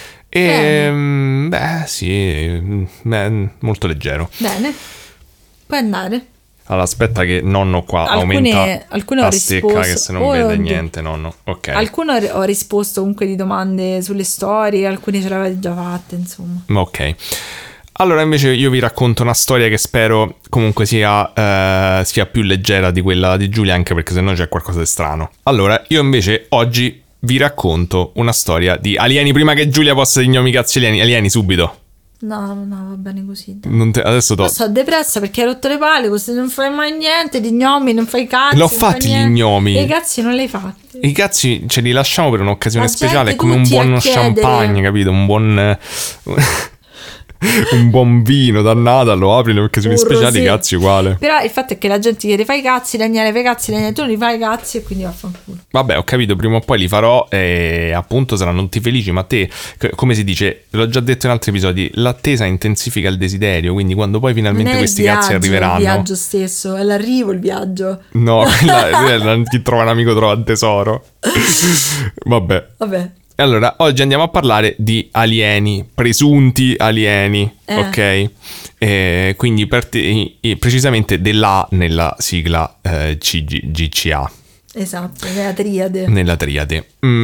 S1: Molto leggero.
S3: Bene, puoi andare.
S1: Allora aspetta che nonno qua aumenta la stecca, che se non vede niente nonno. Ok.
S3: Alcune ho risposto comunque di domande sulle storie, alcune ce l'avete già fatte, insomma.
S1: Ok. Allora invece io vi racconto una storia che spero comunque sia più leggera di quella di Giulia, anche perché sennò c'è qualcosa di strano. Allora io invece oggi vi racconto una storia di alieni, prima che Giulia possa dire gnomi cazzi alieni subito.
S3: No, va bene così.
S1: Adesso
S3: sto depressa perché hai rotto le palle, così non fai mai niente di gnomi, non fai cazzi.
S1: L'ho fatti gli gnomi.
S3: E i cazzi non li hai fatti.
S1: I cazzi ce li lasciamo per un'occasione speciale, come un buon champagne, capito? Un buon... un buon vino dannato, lo apri le occasioni speciali, cazzi uguale.
S3: Però il fatto è che la gente chiede fai i cazzi, Daniele, tu non li fai i cazzi e quindi vaffanculo.
S1: Vabbè, ho capito, prima o poi li farò e appunto saranno tutti felici, ma te, come si dice, l'ho già detto in altri episodi, l'attesa intensifica il desiderio, quindi poi finalmente questi cazzi arriveranno.
S3: È il viaggio stesso, è l'arrivo il viaggio.
S1: No, chi trova un amico trova un tesoro. Vabbè. Allora, oggi andiamo a parlare di alieni, presunti alieni, ok? Quindi precisamente dell'A nella sigla GCA.
S3: Esatto, nella triade.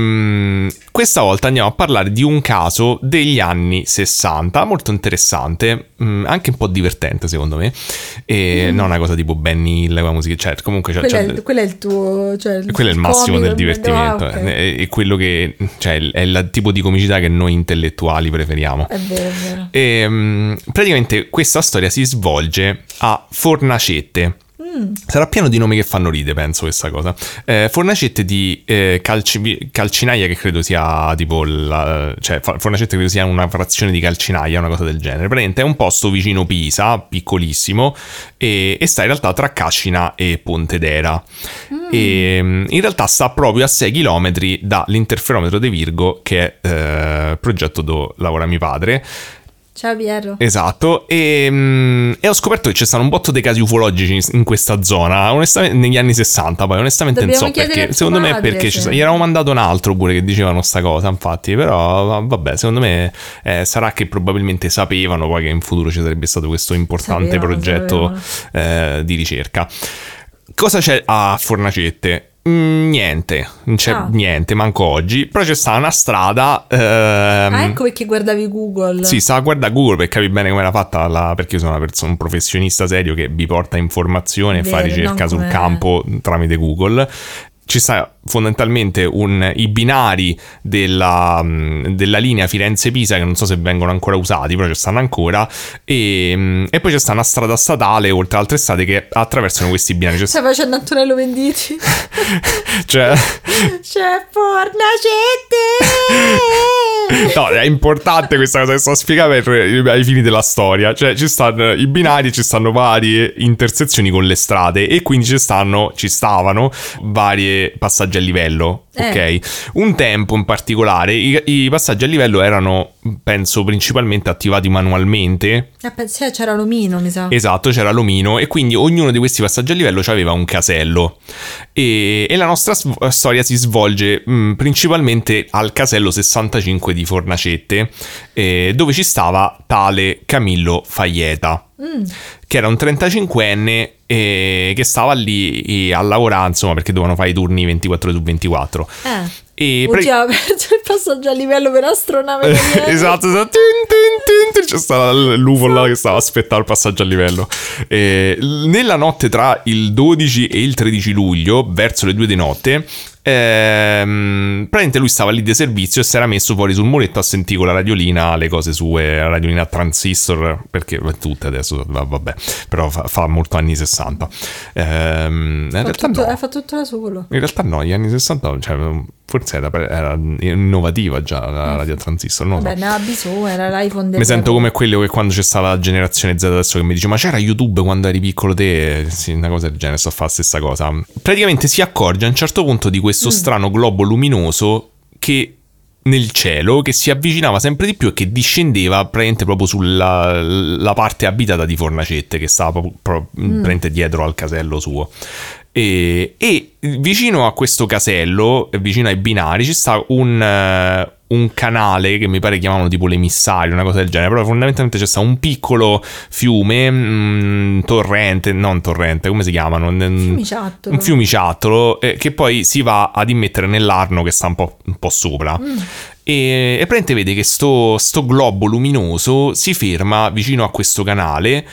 S1: Questa volta andiamo a parlare di un caso degli anni 60, molto interessante, anche un po' divertente secondo me, e non una cosa tipo Benny Hill, la musica, cioè comunque
S3: quello è il tuo, cioè
S1: quello è il massimo del divertimento, è quello che, cioè è il tipo di comicità che noi intellettuali preferiamo.
S3: È vero.
S1: E praticamente questa storia si svolge a Fornacette. Sarà pieno di nomi che fanno ride, penso, questa cosa. Fornacette di Calcinaia, che credo sia tipo cioè Fornacette credo sia una frazione di Calcinaia, una cosa del genere. Praticamente è un posto vicino Pisa, piccolissimo, e sta in realtà tra Cascina e Pontedera. E in realtà sta proprio a 6 km dall'interferometro De Virgo, che è il progetto dove lavora mio padre.
S3: Ciao Piero.
S1: Esatto, e ho scoperto che ci stanno un botto di casi ufologici in questa zona, onestamente negli anni 60, poi onestamente
S3: dobbiamo
S1: non so perché, secondo me è perché gli eravamo mandato un altro pure che dicevano sta cosa, infatti, però vabbè, secondo me sarà che probabilmente sapevano poi che in futuro ci sarebbe stato questo importante progetto di ricerca. Cosa c'è a Fornacette? Niente, non c'è niente, manco oggi. Però c'è stata una strada.
S3: Ecco perché guardavi Google.
S1: Sì, stava a guardare Google per capire bene come era fatta perché io sono un professionista serio che vi porta informazione e fa ricerca sul campo tramite Google. Ci sta fondamentalmente i binari della linea Firenze-Pisa, che non so se vengono ancora usati, però ci stanno ancora, e poi c'è sta una strada statale oltre altre strade che attraversano questi binari.
S3: Stai facendo Antonello Venditti?
S1: C'è
S3: Fornacette!
S1: No, è importante questa cosa che sto a spiegare ai fini della storia. Cioè ci stanno i binari, ci stanno varie intersezioni con le strade e quindi ci stavano varie passaggi a livello, ok? Un tempo in particolare i passaggi a livello erano, penso, principalmente attivati manualmente.
S3: C'era l'omino, mi sa.
S1: Esatto, c'era l'omino e quindi ognuno di questi passaggi a livello aveva un casello e la nostra storia si svolge principalmente al casello 65 di Fornacette, dove ci stava tale Camillo Faglieta, che era un 35enne che stava lì a lavorare, insomma, perché dovevano fare i turni 24 su 24.
S3: E c'è il passaggio a livello per astronave.
S1: Esatto. C'è stato l'UFO là che stava aspettando il passaggio a livello. Nella notte tra il 12 e il 13 luglio, verso le 2 di notte, praticamente lui stava lì di servizio e si era messo fuori sul muretto a sentire con la radiolina le cose sue, la radiolina a transistor, perché tutte adesso vabbè, però fa molto anni 60. In realtà no.
S3: Hai fatto tutto da solo.
S1: In realtà no, gli anni 60, cioè, forse era innovativa già la radio a transistor, non so.
S3: Beh, ne aveva bisogno, era l'iPhone.
S1: Mi sento come quello che quando c'è stata la generazione Z adesso che mi dice: ma c'era YouTube quando eri piccolo te? Sì, una cosa del genere, sto a fare la stessa cosa. Praticamente si accorge a un certo punto di questo strano globo luminoso che nel cielo, che si avvicinava sempre di più e che discendeva praticamente proprio sulla parte abitata di Fornacette, che stava praticamente dietro al casello suo. E vicino a questo casello, vicino ai binari, ci sta un canale che mi pare chiamavano tipo l'emissario, una cosa del genere, però fondamentalmente c'è sta un piccolo fiume, non torrente, come si chiamano? Un fiumiciattolo che poi si va ad immettere nell'Arno che sta un po' sopra. E praticamente vede che sto globo luminoso si ferma vicino a questo canale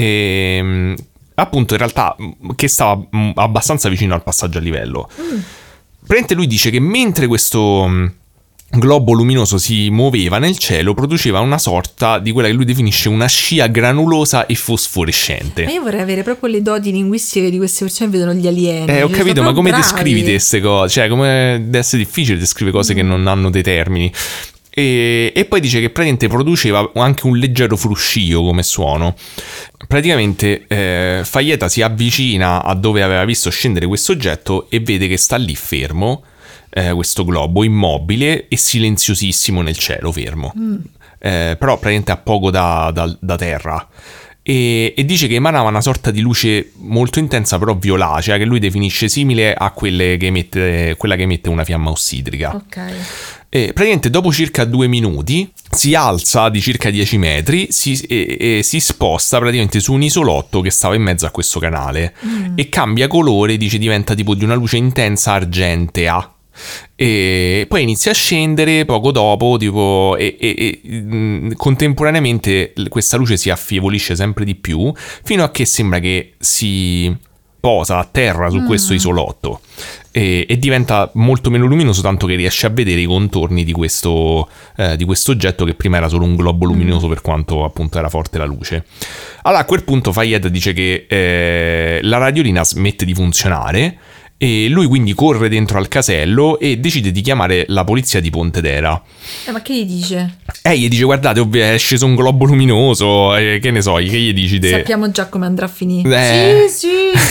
S1: e appunto in realtà che stava abbastanza vicino al passaggio a livello. Praticamente lui dice che mentre questo globo luminoso si muoveva nel cielo, produceva una sorta di quella che lui definisce una scia granulosa e fosforescente.
S3: Ma io vorrei avere proprio le doti linguistiche di queste persone che vedono gli alieni.
S1: Ho capito, ma come
S3: bravi.
S1: descrivi queste cose? Cioè, come deve essere difficile descrivere cose che non hanno dei termini. E poi dice che praticamente produceva anche un leggero fruscio come suono. Praticamente Fajeta si avvicina a dove aveva visto scendere questo oggetto e vede che sta lì fermo, questo globo immobile e silenziosissimo nel cielo, fermo. Però praticamente a poco da terra. E dice che emanava una sorta di luce molto intensa, però violacea, che lui definisce simile a quella che emette una fiamma ossidrica.
S3: Ok.
S1: Praticamente dopo circa 2 minuti si alza di circa 10 metri e si sposta praticamente su un isolotto che stava in mezzo a questo canale e cambia colore, dice diventa tipo di una luce intensa argentea. E poi inizia a scendere poco dopo, tipo, contemporaneamente questa luce si affievolisce sempre di più fino a che sembra che si posa a terra su questo isolotto e diventa molto meno luminoso, tanto che riesce a vedere i contorni di questo oggetto che prima era solo un globo luminoso, per quanto appunto era forte la luce. Allora a quel punto Fayed dice che la radiolina smette di funzionare e lui quindi corre dentro al casello e decide di chiamare la polizia di Pontedera.
S3: Ma che gli dice?
S1: Gli dice guardate, è sceso un globo luminoso, che ne so, che gli dici te?
S3: Sappiamo già come andrà a finire. Sì.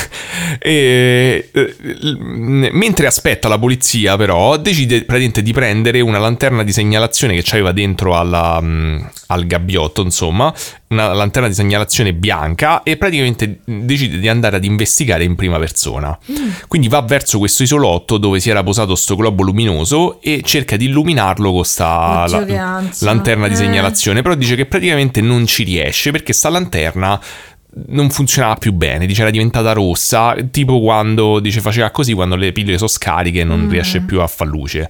S1: Mentre aspetta la polizia però decide praticamente di prendere una lanterna di segnalazione che c'aveva dentro al gabbiotto, insomma, una lanterna di segnalazione bianca, e praticamente decide di andare ad investigare in prima persona. Quindi va verso questo isolotto dove si era posato sto globo luminoso e cerca di illuminarlo con sta lanterna di segnalazione, però dice che praticamente non ci riesce perché sta lanterna non funzionava più bene, dice era diventata rossa, tipo quando dice faceva così quando le pillole sono scariche e non riesce più a far luce.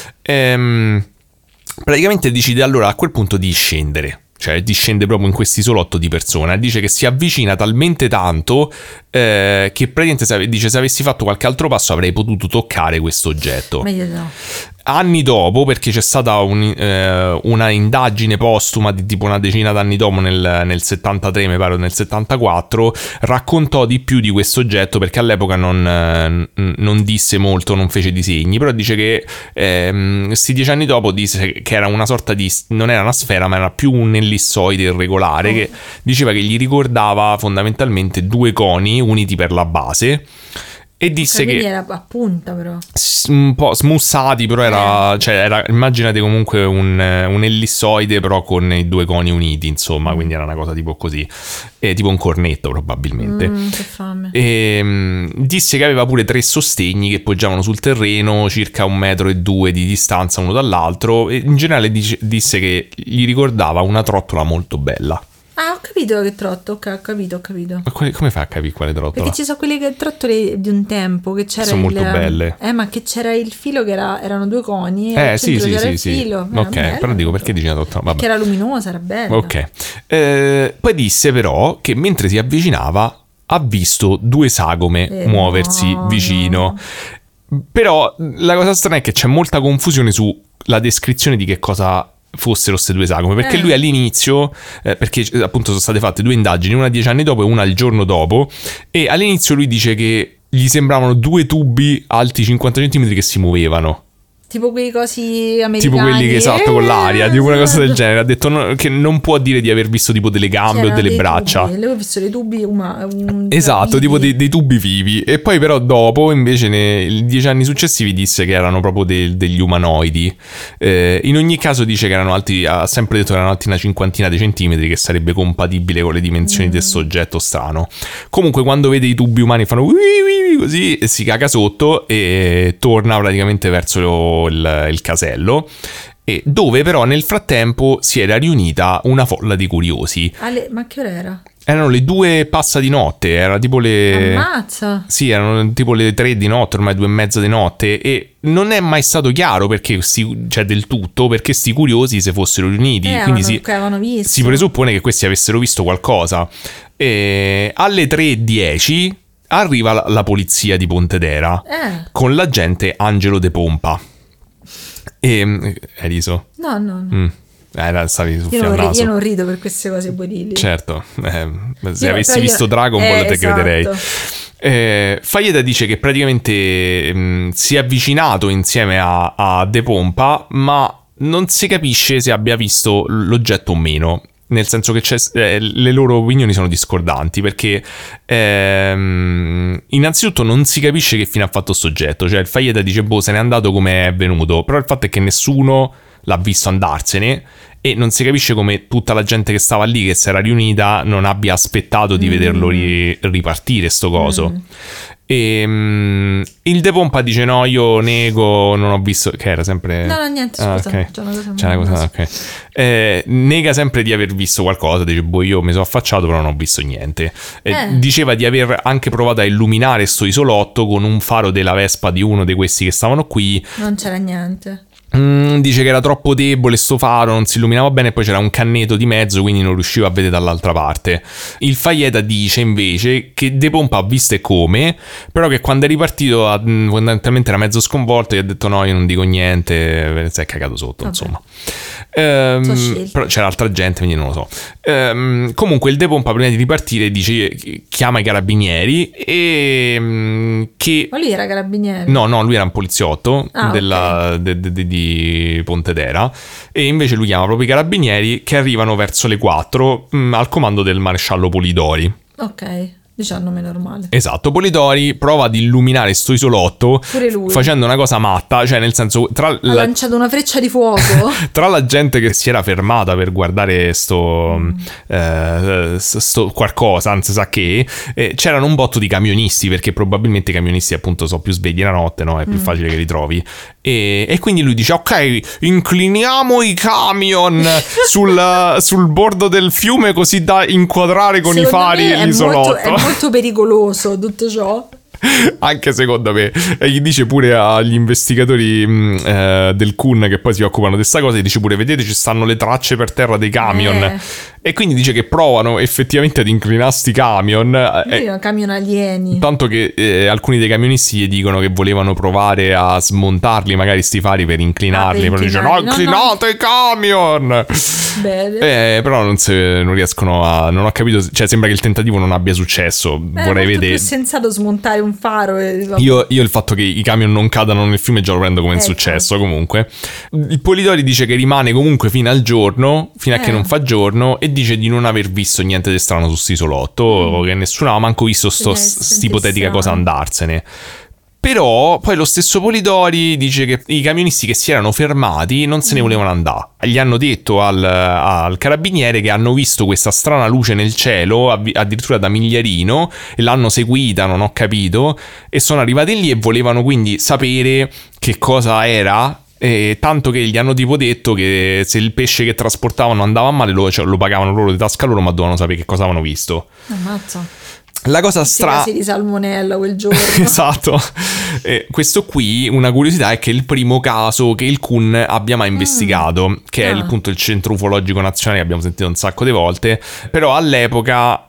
S1: Praticamente decide allora a quel punto di scendere, cioè discende proprio in questo isolotto di persona. Dice che si avvicina talmente tanto che praticamente dice se avessi fatto qualche altro passo avrei potuto toccare questo oggetto.
S3: Meglio no.
S1: Anni dopo, perché c'è stata una indagine postuma di tipo una decina d'anni dopo, nel 73 mi pare o nel 74, raccontò di più di questo oggetto, perché all'epoca non disse molto, non fece disegni, però dice che sti 10 anni dopo disse che era una sorta di, non era una sfera ma era più un ellissoide irregolare, che diceva che gli ricordava fondamentalmente 2 coni uniti per la base. E disse che
S3: era a punta, però
S1: un po' smussati, però era immaginate comunque un ellissoide però con i 2 coni uniti, insomma, quindi era una cosa tipo così, tipo un cornetto probabilmente.
S3: Che fame.
S1: E disse che aveva pure 3 sostegni che poggiavano sul terreno circa 1,2 metri di distanza uno dall'altro, e in generale disse che gli ricordava una trottola molto bella.
S3: Ah, ho capito che trotto, ho capito.
S1: Ma come fai a capire quale trottola?
S3: Perché ci sono quelle trottole di un tempo che c'era
S1: sono molto belle.
S3: Ma che c'era il filo che erano 2 coni.
S1: Sì.
S3: Il filo.
S1: Ok,
S3: bello,
S1: però dico perché dici una trottola? Vabbè.
S3: Perché era luminosa, era bella.
S1: Ok. Poi disse però che mentre si avvicinava ha visto 2 sagome muoversi vicino. Però la cosa strana è che c'è molta confusione sulla descrizione di che cosa fossero queste 2 sagome, perché lui all'inizio perché appunto sono state fatte 2 indagini, una 10 anni dopo e una il giorno dopo, e all'inizio lui dice che gli sembravano 2 tubi alti 50 cm che si muovevano.
S3: Tipo quei cosi americani.
S1: Tipo quelli che con l'aria, tipo una cosa del genere. Ha detto che non può dire di aver visto tipo delle gambe o delle braccia.
S3: Lui ha visto dei tubi
S1: esatto, tipo dei tubi vivi. E poi però dopo, invece, nei 10 anni successivi disse che erano proprio degli umanoidi. In ogni caso dice che erano alti, ha sempre detto che erano alti una 50 di centimetri, che sarebbe compatibile con le dimensioni di questo oggetto strano. Comunque quando vede i tubi umani fanno così, e si caga sotto e torna praticamente verso il casello, e dove però nel frattempo si era riunita una folla di curiosi.
S3: Ma che ora era?
S1: Erano le 2 passa di notte, era tipo le...
S3: Ammazza!
S1: Sì, erano tipo le 3 di notte, ormai 2:30 di notte, e non è mai stato chiaro perché del tutto, perché sti curiosi si fossero riuniti, quindi si presuppone che questi avessero visto qualcosa. E alle 3:10 arriva la polizia di Pontedera con l'agente Angelo De Pompa. Hai riso?
S3: No.
S1: Stavi soffiando il naso.
S3: Io non rido per queste cose buonili.
S1: Certo, se avessi visto Dragon Ball te crederei. Fajeta dice che praticamente si è avvicinato insieme a De Pompa, ma non si capisce se abbia visto l'oggetto o meno. Nel senso che le loro opinioni sono discordanti, perché innanzitutto non si capisce che fine ha fatto sto oggetto. Cioè il Fajeda dice se n'è andato come è venuto, però il fatto è che nessuno l'ha visto andarsene e non si capisce come tutta la gente che stava lì, che si era riunita, non abbia aspettato di vederlo ripartire sto coso. E il De Pompa dice no, io nego, non ho visto, che era sempre
S3: no niente, scusa,
S1: okay. C'è una cosa, ok. Nega sempre di aver visto qualcosa, dice io mi sono affacciato però non ho visto niente. Diceva di aver anche provato a illuminare sto isolotto con un faro della Vespa di uno di questi che stavano qui,
S3: non c'era niente.
S1: Dice che era troppo debole sto faro, non si illuminava bene, e poi c'era un canneto di mezzo, quindi non riusciva a vedere dall'altra parte. Il Fajeda dice invece che De Pompa ha visto e come, però che quando è ripartito fondamentalmente era mezzo sconvolto e ha detto no, io non dico niente, si è cagato sotto. Vabbè. Insomma. Però c'era altra gente, quindi non lo so. Comunque il De Pompa prima di ripartire dice chiama i carabinieri e che...
S3: Ma lui era carabiniere?
S1: No, lui era un poliziotto di Pontedera, e invece lui chiama proprio i carabinieri che arrivano verso le 4 al comando del maresciallo Polidori.
S3: Ok. Diciamo nome normale.
S1: Esatto, Polidori prova ad illuminare sto isolotto facendo una cosa matta, cioè nel senso ha
S3: lanciato una freccia di fuoco
S1: tra la gente che si era fermata per guardare sto qualcosa, non si sa che, c'erano un botto di camionisti, perché probabilmente i camionisti appunto sono più svegli la notte, no? È più facile che li trovi, e quindi lui dice ok, incliniamo i camion sul bordo del fiume così da inquadrare con i fari l'isolotto.
S3: È molto pericoloso tutto ciò.
S1: Anche secondo me. E gli dice pure agli investigatori del Kun che poi si occupano di questa cosa, gli dice pure vedete ci stanno le tracce per terra dei camion. E quindi dice che provano effettivamente ad inclinare sti camion.
S3: Camion alieni.
S1: Tanto che alcuni dei camionisti gli dicono che volevano provare a smontarli magari sti fari per inclinarli. Però dice no, inclinate i camion.
S3: Bene.
S1: Però non riescono a... Non ho capito, cioè sembra che il tentativo non abbia successo. Vorrei vedere. È
S3: più sensato smontare un faro.
S1: Io il fatto che i camion non cadano nel fiume già lo prendo come insuccesso. Comunque il Polidori dice che rimane comunque fino al giorno, fino a che non fa giorno, e dice di non aver visto niente di strano su sto isolotto, che nessuno ha manco visto sta ipotetica cosa andarsene. Però poi lo stesso Polidori dice che i camionisti che si erano fermati non se ne volevano andare. Gli hanno detto al carabiniere che hanno visto questa strana luce nel cielo, addirittura da Migliarino, e l'hanno seguita, non ho capito, e sono arrivati lì e volevano quindi sapere che cosa era. E tanto che gli hanno tipo detto che se il pesce che trasportavano andava male lo pagavano loro di tasca loro, ma dovevano sapere che cosa avevano visto.
S3: Ammazza.
S1: La cosa strana
S3: di salmonella quel giorno.
S1: Esatto. Questo qui, una curiosità, è che è il primo caso che il Kun abbia mai investigato, che è appunto il Centro Ufologico Nazionale, che abbiamo sentito un sacco di volte, però all'epoca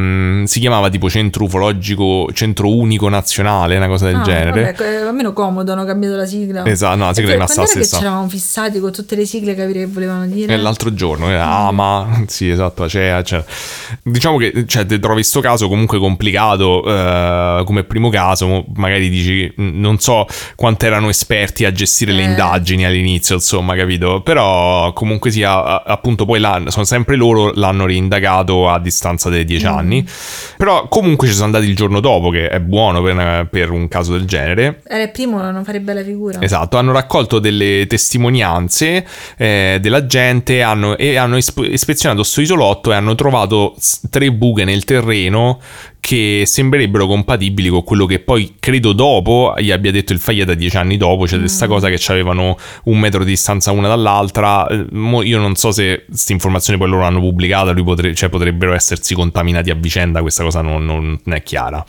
S1: si chiamava tipo Centro Ufologico, Centro Unico Nazionale, una cosa del genere.
S3: Vabbè, almeno comodo, hanno cambiato la sigla.
S1: Esatto, no, la sigla è rimasta la stessa.
S3: Che ci eravamo fissati con tutte le sigle che volevano dire.
S1: L'altro giorno, AMA, sì, esatto, cioè, diciamo che ti trovi sto caso comunque complicato come primo caso, magari dici non so quanto erano esperti a gestire le indagini all'inizio, insomma, capito? Però comunque sia, appunto poi sono sempre loro, l'hanno reindagato a distanza dei 10 anni, però comunque ci sono andati il giorno dopo, che è buono per un caso del genere.
S3: Era il primo, non farebbe la figura.
S1: Esatto, hanno raccolto delle testimonianze della gente, hanno ispezionato sto isolotto e hanno trovato 3 buche nel terreno che sembrerebbero compatibili con quello che poi credo dopo gli abbia detto il Fajeda 10 anni dopo. C'è questa cosa che avevano 1 metro di distanza una dall'altra. Io non so se questa informazione poi loro l'hanno pubblicata, potrebbero essersi contaminati a vicenda, questa cosa non è chiara.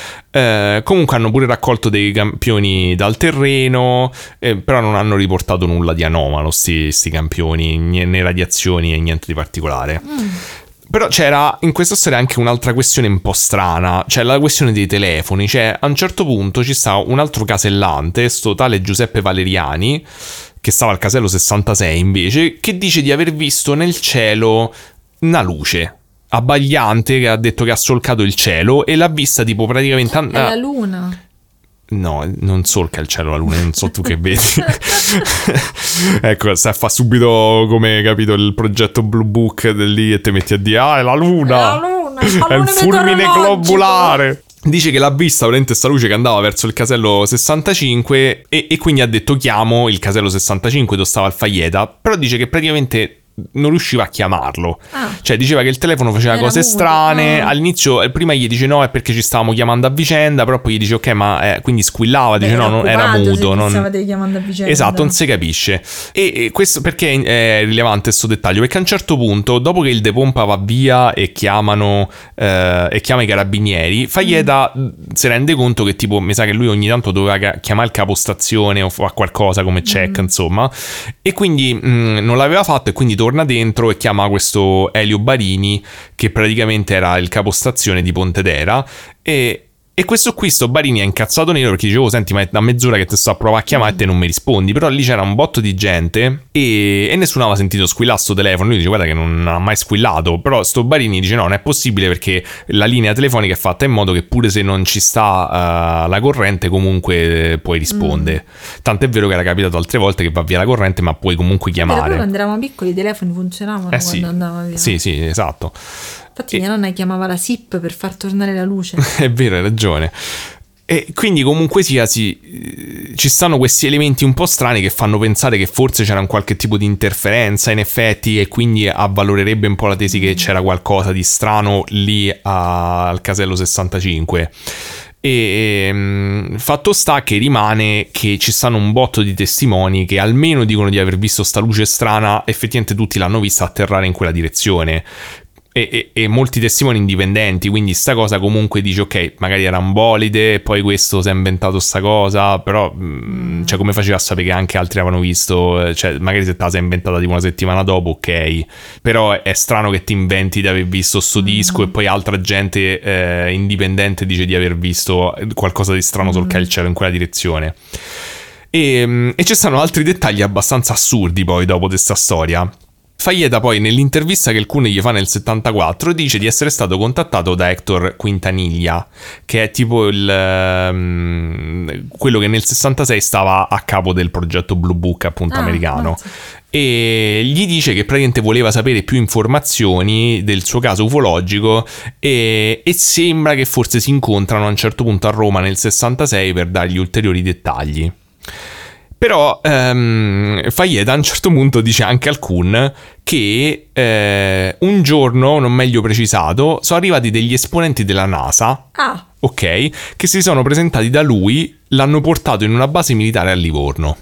S1: Comunque hanno pure raccolto dei campioni dal terreno, però non hanno riportato nulla di anomalo sti campioni, né radiazioni e niente di particolare. Però c'era in questa storia anche un'altra questione un po' strana, cioè la questione dei telefoni. Cioè a un certo punto ci sta un altro casellante, sto tale Giuseppe Valeriani, che stava al casello 66 invece, che dice di aver visto nel cielo una luce abbagliante, che ha detto che ha solcato il cielo e l'ha vista tipo praticamente...
S3: È la luna.
S1: No, non solca il cielo la luna, non so tu che vedi. Ecco, fa subito, come capito, il progetto Blue Book del lì e te metti a dire è la luna, è il fulmine globulare. Dice che l'ha vista veramente sta luce che andava verso il casello 65 e quindi ha detto chiamo il casello 65 dove stava il Fajeta, però dice che praticamente non riusciva a chiamarlo, cioè diceva che il telefono faceva cose strane. All'inizio prima gli dice no, è perché ci stavamo chiamando a vicenda, però poi gli dice ok, ma quindi squillava, dice no, non era muto, non
S3: chiamando a vicenda.
S1: Esatto, non si capisce. E questo perché è rilevante questo dettaglio, perché a un certo punto, dopo che il De Pompa va via e chiama i carabinieri, Fajeta si rende conto che tipo mi sa che lui ogni tanto doveva chiamare il capostazione o fa qualcosa come check, insomma, e quindi non l'aveva fatto, e quindi torna dentro e chiama questo Elio Barini, che praticamente era il capostazione di Pontedera, e questo qui, sto Barini, è incazzato nero perché dicevo senti, ma è da mezz'ora che ti sto a provare a chiamare e te non mi rispondi. Però lì c'era un botto di gente e nessuno aveva sentito squillare sto telefono. Lui dice guarda che non ha mai squillato, però sto Barini dice no, non è possibile perché la linea telefonica è fatta in modo che pure se non ci sta la corrente comunque puoi rispondere. Tant'è vero che era capitato altre volte che va via la corrente ma puoi comunque chiamare.
S3: Però quando eravamo piccoli i telefoni funzionavano quando andava via.
S1: Sì, esatto.
S3: Infatti mia nonna chiamava la SIP per far tornare la luce.
S1: È vero, hai ragione. E quindi comunque sia ci stanno questi elementi un po' strani che fanno pensare che forse c'era un qualche tipo di interferenza in effetti, e quindi avvalorerebbe un po' la tesi che c'era qualcosa di strano lì al casello 65. E fatto sta che rimane che ci stanno un botto di testimoni che almeno dicono di aver visto sta luce strana, effettivamente tutti l'hanno vista atterrare in quella direzione. E molti testimoni indipendenti, quindi sta cosa comunque dice ok, magari era un bolide e poi questo si è inventato sta cosa, però cioè come faceva a sapere che anche altri avevano visto, cioè magari se te la sei inventata tipo una settimana dopo, ok, però è strano che ti inventi di aver visto sto disco e poi altra gente indipendente dice di aver visto qualcosa di strano solcare il cielo in quella direzione. E ci stanno altri dettagli abbastanza assurdi poi dopo questa storia. Fajeta poi nell'intervista che il Kun gli fa nel 74 dice di essere stato contattato da Héctor Quintanilla, che è tipo quello che nel 66 stava a capo del progetto Blue Book appunto americano. E gli dice che praticamente voleva sapere più informazioni del suo caso ufologico e sembra che forse si incontrano a un certo punto a Roma nel 66 per dargli ulteriori dettagli. Però Fajeta a un certo punto dice anche al Kun che un giorno, non meglio precisato, sono arrivati degli esponenti della NASA, ok, che si sono presentati da lui, l'hanno portato in una base militare a Livorno.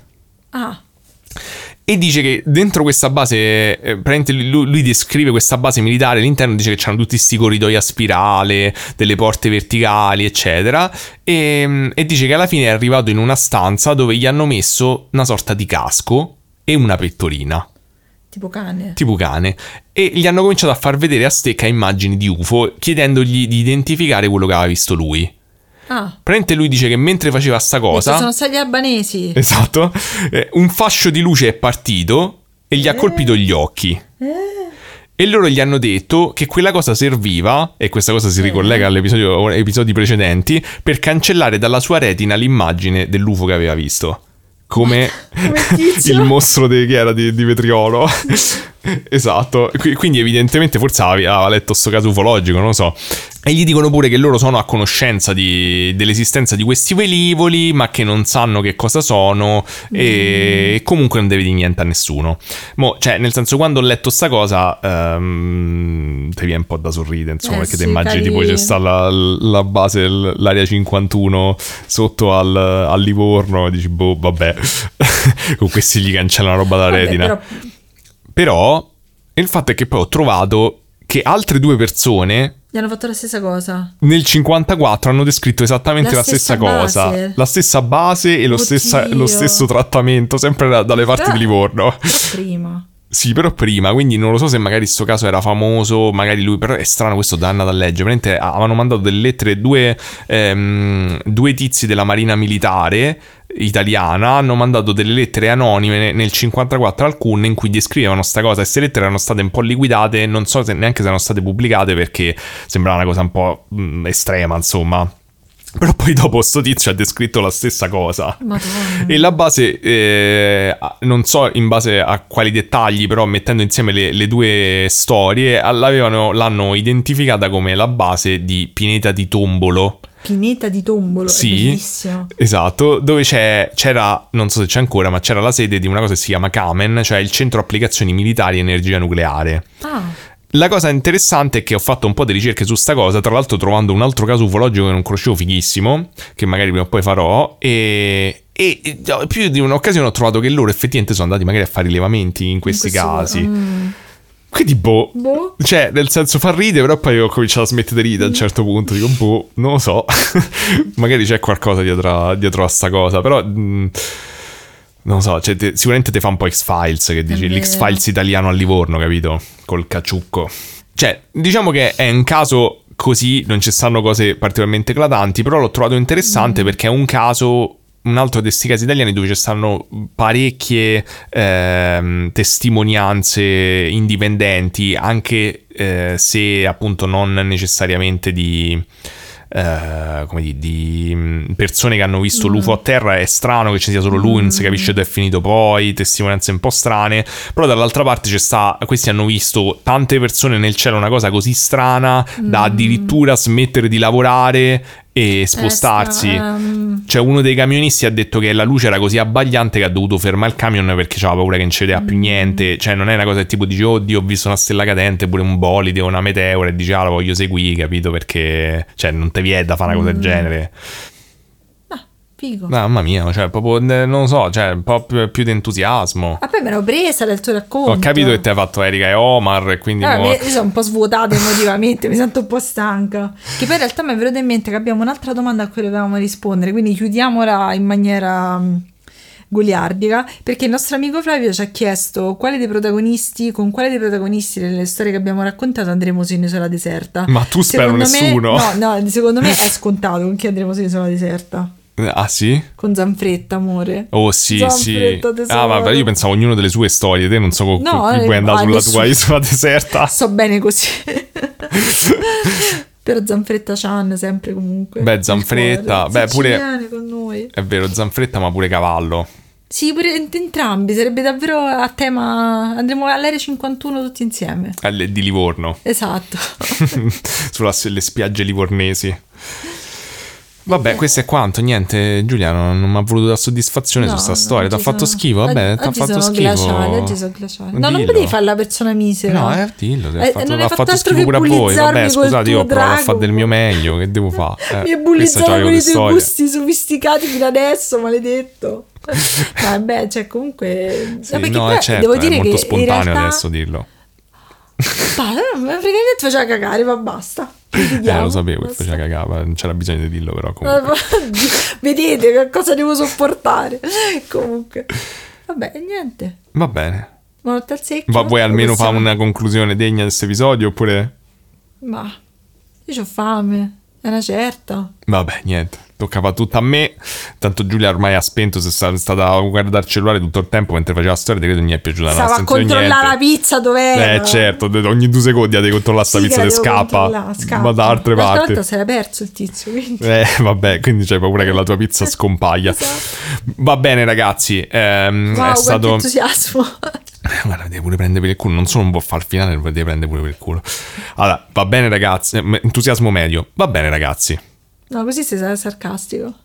S1: E dice che dentro questa base, praticamente lui descrive questa base militare, all'interno dice che c'erano tutti sti corridoi a spirale, delle porte verticali, eccetera, e dice che alla fine è arrivato in una stanza dove gli hanno messo una sorta di casco e una pettorina.
S3: Tipo cane.
S1: E gli hanno cominciato a far vedere a stecca immagini di UFO, chiedendogli di identificare quello che aveva visto lui. Praticamente lui dice che mentre faceva sta cosa,
S3: sono stati albanesi.
S1: Esatto, un fascio di luce è partito e gli ha colpito gli occhi. E loro gli hanno detto che quella cosa serviva, e questa cosa si ricollega agli episodi precedenti, per cancellare dalla sua retina l'immagine dell'UFO che aveva visto. Come il mostro che era di Vetriolo. Esatto, quindi evidentemente forse aveva letto sto caso ufologico, non lo so. E gli dicono pure che loro sono a conoscenza dell'esistenza di questi velivoli, ma che non sanno che cosa sono e comunque non deve dire niente a nessuno. Cioè, nel senso, quando ho letto sta cosa ti viene un po' da sorridere, insomma, perché ti immagini tipo c'è sta la base, l'area 51 sotto al Livorno e dici boh, vabbè, con questi gli cancellano roba da retina. Però il fatto è che poi ho trovato che altre due persone
S3: gli hanno fatto la stessa cosa.
S1: Nel 54 hanno descritto esattamente la stessa cosa. La stessa base e lo stesso trattamento, sempre dalle parti di Livorno.
S3: Prima.
S1: Sì, però prima, quindi non lo so se magari sto caso era famoso, magari lui, però è strano questo da andare a leggere. Veramente avevano mandato delle lettere, due tizi della Marina Militare italiana hanno mandato delle lettere anonime nel 54 al Kun in cui descrivevano sta cosa, e queste lettere erano state un po' liquidate, non so neanche se erano state pubblicate perché sembrava una cosa un po' estrema, insomma. Però poi dopo sto tizio ha descritto la stessa cosa.
S3: Madonna.
S1: E la base, non so in base a quali dettagli, però mettendo insieme le due storie, l'hanno identificata come la base di Pineta di Tombolo.
S3: Pineta di Tombolo,
S1: sì,
S3: è bellissimo.
S1: Esatto, dove c'era, non so se c'è ancora, ma c'era la sede di una cosa che si chiama CAMEN, cioè il Centro Applicazioni Militari e Energia Nucleare. La cosa interessante è che ho fatto un po' di ricerche su sta cosa, tra l'altro trovando un altro caso ufologico che non conoscevo, fighissimo, che magari prima o poi farò, e più di un'occasione ho trovato che loro effettivamente sono andati magari a fare rilevamenti in questi casi. Quindi cioè nel senso fa ridere, però poi ho cominciato a smettere di ridere a un certo punto, dico non lo so, magari c'è qualcosa dietro a sta cosa, però... non so, cioè, sicuramente ti fa un po' X-Files, che dici l'X-Files italiano a Livorno, capito? Col cacciucco. Cioè, diciamo che è un caso così, non ci stanno cose particolarmente eclatanti, però l'ho trovato interessante perché è un caso, un altro di questi casi italiani dove ci stanno parecchie testimonianze indipendenti, anche se appunto non necessariamente di persone che hanno visto l'UFO a terra. È strano che ci sia solo lui, non si capisce dove è finito poi, testimonianze un po' strane, però dall'altra parte questi hanno visto tante persone nel cielo, una cosa così strana da addirittura smettere di lavorare e spostarsi. Cioè uno dei camionisti ha detto che la luce era così abbagliante che ha dovuto fermare il camion perché c'aveva paura che non ci vedeva più niente. Cioè non è una cosa che tipo dici oddio, ho visto una stella cadente, pure un bolide o una meteora, e dici la voglio seguire, capito? Perché cioè non te viene da fare una cosa del genere.
S3: Figo.
S1: Mamma mia, cioè proprio non lo so, cioè un po' più di entusiasmo.
S3: Ma poi mi ero presa del tuo racconto.
S1: Ho capito che ti hai fatto Erika e Omar e quindi
S3: io sono un po' svuotata emotivamente, mi sento un po' stanca. Che poi in realtà mi è venuto in mente che abbiamo un'altra domanda a cui dovevamo rispondere, quindi chiudiamola in maniera goliardica, perché il nostro amico Flavio ci ha chiesto con quale dei protagonisti delle storie che abbiamo raccontato andremo su un'isola deserta.
S1: Ma tu spero nessuno.
S3: No, secondo me è scontato con chi andremo su un'isola deserta.
S1: Ah sì?
S3: Con Zanfretta, amore.
S1: Oh sì,
S3: Zanfretta,
S1: sì.
S3: tesoro.
S1: Ma io pensavo ognuno delle sue storie. Te non so con chi puoi andare sulla tua isola deserta.
S3: So bene così. Però Zanfretta Chan sempre comunque.
S1: Beh, Zanfretta, pure
S3: con noi.
S1: È vero, Zanfretta, ma pure Cavallo.
S3: Sì, pure entrambi, sarebbe davvero a tema. Andremo all'Area 51 tutti insieme.
S1: Di Livorno.
S3: Esatto.
S1: Sulle spiagge livornesi. Vabbè, questo è quanto, niente, Giulia non mi ha voluto dare soddisfazione su sta storia, ti ha fatto schifo, vabbè, ti ha fatto schifo.
S3: Oggi sono glaciale. No, non potevi fare la persona misera.
S1: No, dillo,
S3: ha
S1: fatto schifo pure a voi, vabbè, scusate, io ho provato a fare del mio meglio, che devo fare?
S3: Mi è bullizzato con i tuoi gusti sofisticati fino adesso, maledetto. Vabbè, cioè comunque...
S1: Sì, no, certo, devo dire è molto spontaneo realtà... adesso dirlo.
S3: Ma perché ti faceva cagare, ma basta.
S1: Lo sapevo che faceva cagare, non c'era bisogno di dirlo, però comunque.
S3: Vedete che cosa devo sopportare. Comunque vabbè, niente,
S1: va bene.
S3: Morte al secchio.
S1: Vuoi almeno fare una conclusione degna di questo episodio oppure?
S3: Ma io c'ho fame, è una certa.
S1: Vabbè, niente, toccava tutto a me. Tanto Giulia ormai ha spento, si è stata a guardare il cellulare tutto il tempo mentre faceva la storia, credo non gli è piaciuta.
S3: Stava a controllare la pizza dov'era.
S1: Certo, ogni 2 secondi devi controllare sta pizza che scappa. Ma da altre parti.
S3: L'altra volta si era perso il tizio, quindi.
S1: Vabbè, quindi c'hai paura che la tua pizza scompaia. Esatto. Va bene ragazzi,
S3: wow,
S1: è stato
S3: entusiasmo.
S1: Guarda, devi pure prendere per il culo. Non solo un po' fare il finale, ma devi prendere pure per il culo. Allora, va bene ragazzi. Entusiasmo medio. Va bene ragazzi.
S3: No, così sei sarcastico.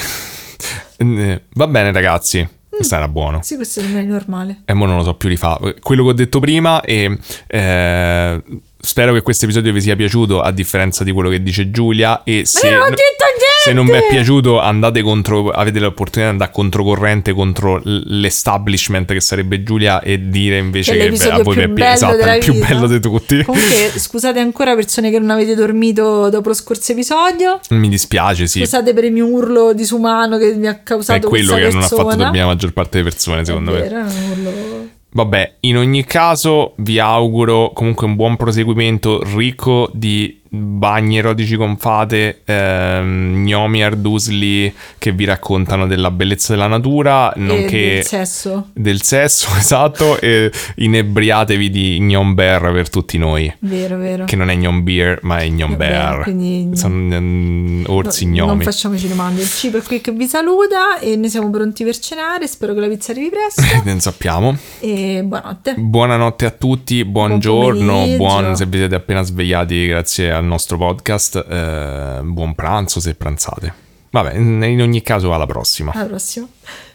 S1: Va bene ragazzi. Questo era buono.
S3: Sì, questo non è normale.
S1: E mo non lo so più rifare. Quello che ho detto prima e spero che questo episodio vi sia piaciuto, a differenza di quello che dice Giulia. E se non vi è piaciuto, avete l'opportunità di andare controcorrente contro l'establishment che sarebbe Giulia e dire invece che a voi vi è piaciuto. Esatto, è il più bello di tutti.
S3: Comunque scusate ancora persone che non avete dormito dopo lo scorso episodio.
S1: Mi dispiace, sì.
S3: Scusate per il mio urlo disumano che mi ha causato
S1: questa persona. È quello che non ha fatto dormire la maggior parte delle persone, secondo me.
S3: Era un urlo.
S1: Vabbè, in ogni caso vi auguro comunque un buon proseguimento ricco di bagni erotici con fate, gnomi ardusli che vi raccontano della bellezza della natura, nonché del sesso, esatto, e inebriatevi di Gnom Bear per tutti noi.
S3: Vero.
S1: Che non è Gnom Beer, ma è Gnom Bear. Quindi sono orsi gnomi.
S3: Non facciamoci domande. Il cibo è qui che vi saluta e noi siamo pronti per cenare. Spero che la pizza arrivi presto.
S1: Ne sappiamo.
S3: E buonanotte.
S1: Buonanotte a tutti, buongiorno, se vi siete appena svegliati grazie al nostro podcast, buon pranzo se pranzate. Vabbè, in ogni caso alla prossima.
S3: Alla prossima.